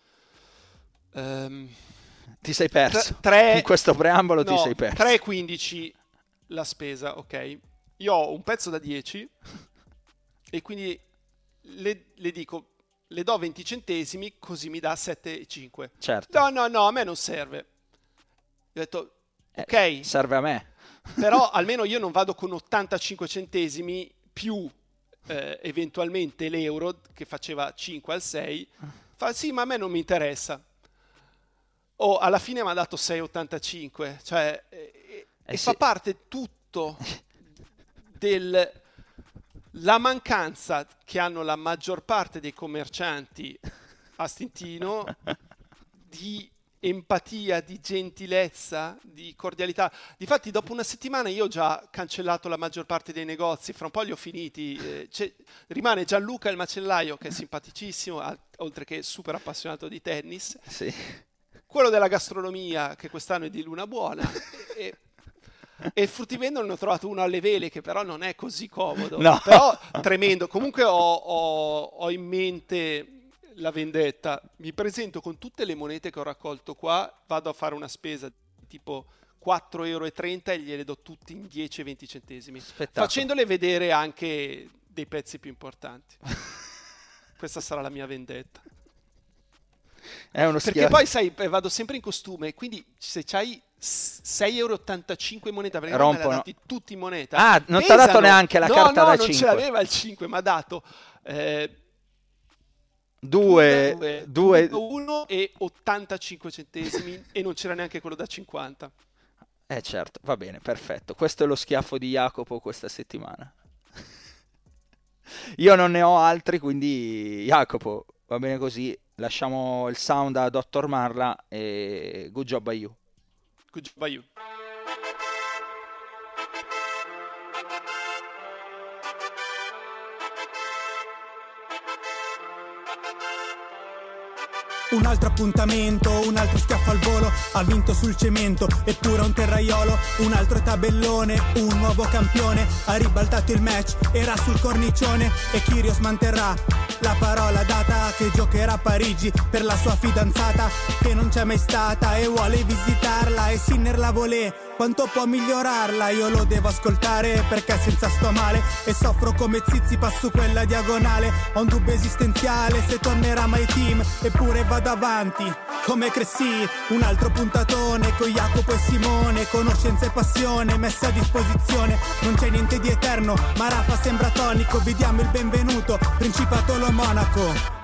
Ehm, Ti sei perso. tre- In questo preambolo ti no, sei perso. tre e quindici la spesa, ok. Io ho un pezzo da dieci e quindi le, le dico, le do venti centesimi così mi dà sette e cinque. Certo. No, no, no, a me non serve. Ho detto, ok, Eh, serve a me. però almeno io non vado con ottantacinque centesimi più eh, eventualmente l'euro che faceva cinque al sei. Fa sì, ma a me non mi interessa. Oh, alla fine mi ha dato sei e ottantacinque, cioè eh, Eh e sì. fa parte tutto del la mancanza che hanno la maggior parte dei commercianti a Stintino di empatia, di gentilezza, di cordialità. Difatti dopo una settimana io ho già cancellato la maggior parte dei negozi, fra un po' li ho finiti. Eh, c'è, rimane Gianluca il macellaio, che è simpaticissimo, a, oltre che super appassionato di tennis. Sì. Quello della gastronomia, che quest'anno è di luna buona. e, e il fruttivendolo ne ho trovato uno alle vele, che però non è così comodo. No. Però tremendo. Comunque ho, ho, ho in mente la vendetta. Mi presento con tutte le monete che ho raccolto qua, vado a fare una spesa di tipo quattro virgola trenta euro e gliele do tutti in dieci e venti centesimi, Spettacolo. facendole vedere anche dei pezzi più importanti. Questa sarà la mia vendetta. È uno Perché schiaffo. poi sai, vado sempre in costume, quindi se c'hai sei virgola ottantacinque euro in moneta, perché Rompono. me l'ha dati tutti in moneta. Ah, non ti ha dato pesano. neanche la no, carta no, da non cinque. ce l'aveva il cinque, mi ha dato eh, Due, due, uno e ottantacinque centesimi e non c'era neanche quello da cinquanta. Eh certo, va bene, perfetto. Questo è lo schiaffo di Jacopo questa settimana. Io non ne ho altri, quindi Jacopo, va bene così. Lasciamo il sound a dottor Marla e good job by you. Good job by you. Un altro appuntamento, un altro schiaffo al volo, ha vinto sul cemento, eppure un terraiolo, un altro tabellone, un nuovo campione, ha ribaltato il match, era sul cornicione e Kyrgios manterrà la parola data che giocherà a Parigi per la sua fidanzata che non c'è mai stata e vuole visitarla e Sinner la volè. Quanto può migliorarla? Io lo devo ascoltare perché senza sto male e soffro come Zizipas su quella diagonale. Ho un dubbio esistenziale se tornerà mai team, eppure vado avanti come Cressy. Un altro puntatone con Jacopo e Simone, conoscenza e passione messa a disposizione. Non c'è niente di eterno, ma Rafa sembra tonico. Vi diamo il benvenuto, Principato lo Monaco.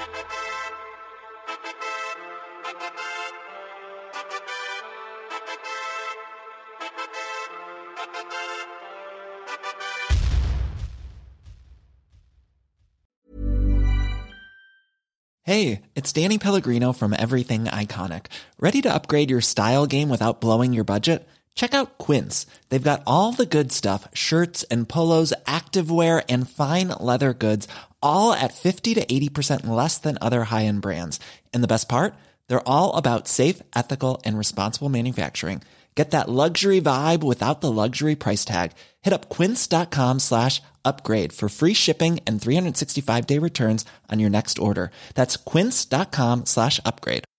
Hey, it's Danny Pellegrino from Everything Iconic. Ready to upgrade your style game without blowing your budget? Check out Quince. They've got all the good stuff, shirts and polos, activewear, and fine leather goods, all at fifty to eighty percent less than other high-end brands. And the best part? They're all about safe, ethical, and responsible manufacturing. Get that luxury vibe without the luxury price tag. Hit up quince.com slash upgrade for free shipping and three sixty-five day returns on your next order. That's quince.com slash upgrade.